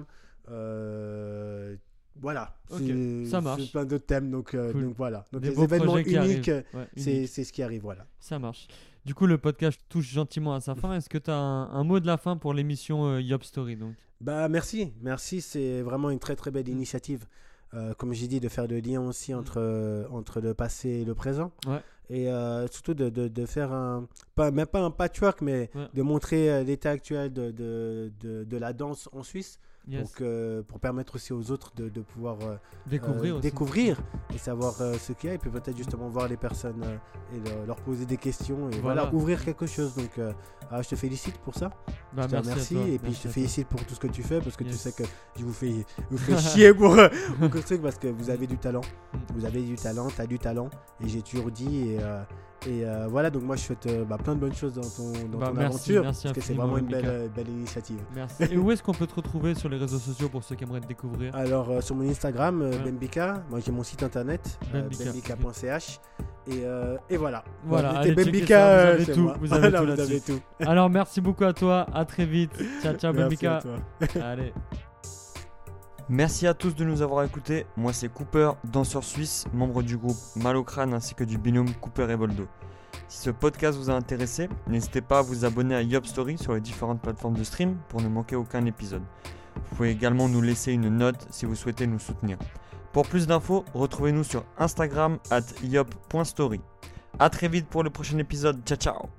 euh, voilà, Ok, C'est- ça marche. c'est plein d'autres thèmes, donc, euh, Cool. donc voilà. Donc Des les beaux événements projets qui uniques, arrivent. Ouais, c'est uniques. c'est ce qui arrive, voilà. Ça marche. Du coup, le podcast touche gentiment à sa fin. Est-ce que tu as un, un mot de la fin pour l'émission euh, Yop Story donc Bah merci, merci, c'est vraiment une très très belle Mm. initiative. Euh, comme j'ai dit, de faire le lien aussi Mm. entre, euh, entre le passé et le présent. Ouais. Et euh, surtout de, de, de faire un, pas, même pas un patchwork, mais Ouais. de montrer euh, l'état actuel de, de, de, de la danse en Suisse. Yes. Donc, euh, pour permettre aussi aux autres de, de pouvoir euh, Découvrir euh, aussi. découvrir et savoir euh, ce qu'il y a. Et puis peut-être justement voir les personnes euh, et le- leur poser des questions. Et voilà, Voilà. ouvrir quelque chose. Donc euh, ah, je te félicite pour ça. Bah, Je te merci à remercie toi. et puis Merci je te à toi. félicite pour tout ce que tu fais parce que tu Yes. sais que je vous fais, je vous fais chier pour, euh, pour ce truc parce que vous avez du talent. Mm. Vous avez du talent, tu as du talent et j'ai toujours dit. Et, euh, et euh, voilà, donc moi je souhaite euh, bah, plein de bonnes choses dans ton, dans Bah, ton merci, aventure merci parce que c'est infiniment, vraiment une Mika. belle, euh, belle initiative. Merci. Et où est-ce qu'on peut te retrouver sur les réseaux sociaux pour ceux qui aimeraient te découvrir Alors euh, sur mon Instagram, euh, Ouais. Bembika, moi j'ai mon site internet, euh, Bembika, bembika point c h Et, euh, et voilà. Voilà, Bon, allez, mettez checkez Bembika, ça, vous euh, avez c'est tout, moi. vous avez Voilà, tout vous là-dessus. avez tout. Alors merci beaucoup à toi, à très vite. Ciao, ciao, Merci Bembika. à toi. Allez. Merci à tous de nous avoir écoutés. Moi c'est Cooper, danseur suisse, membre du groupe Malocrane ainsi que du binôme Cooper et Boldo. Si ce podcast vous a intéressé, n'hésitez pas à vous abonner à Yop Story sur les différentes plateformes de stream pour ne manquer aucun épisode. Vous pouvez également nous laisser une note si vous souhaitez nous soutenir. Pour plus d'infos, retrouvez-nous sur Instagram at yop point story. A très vite pour le prochain épisode. Ciao ciao.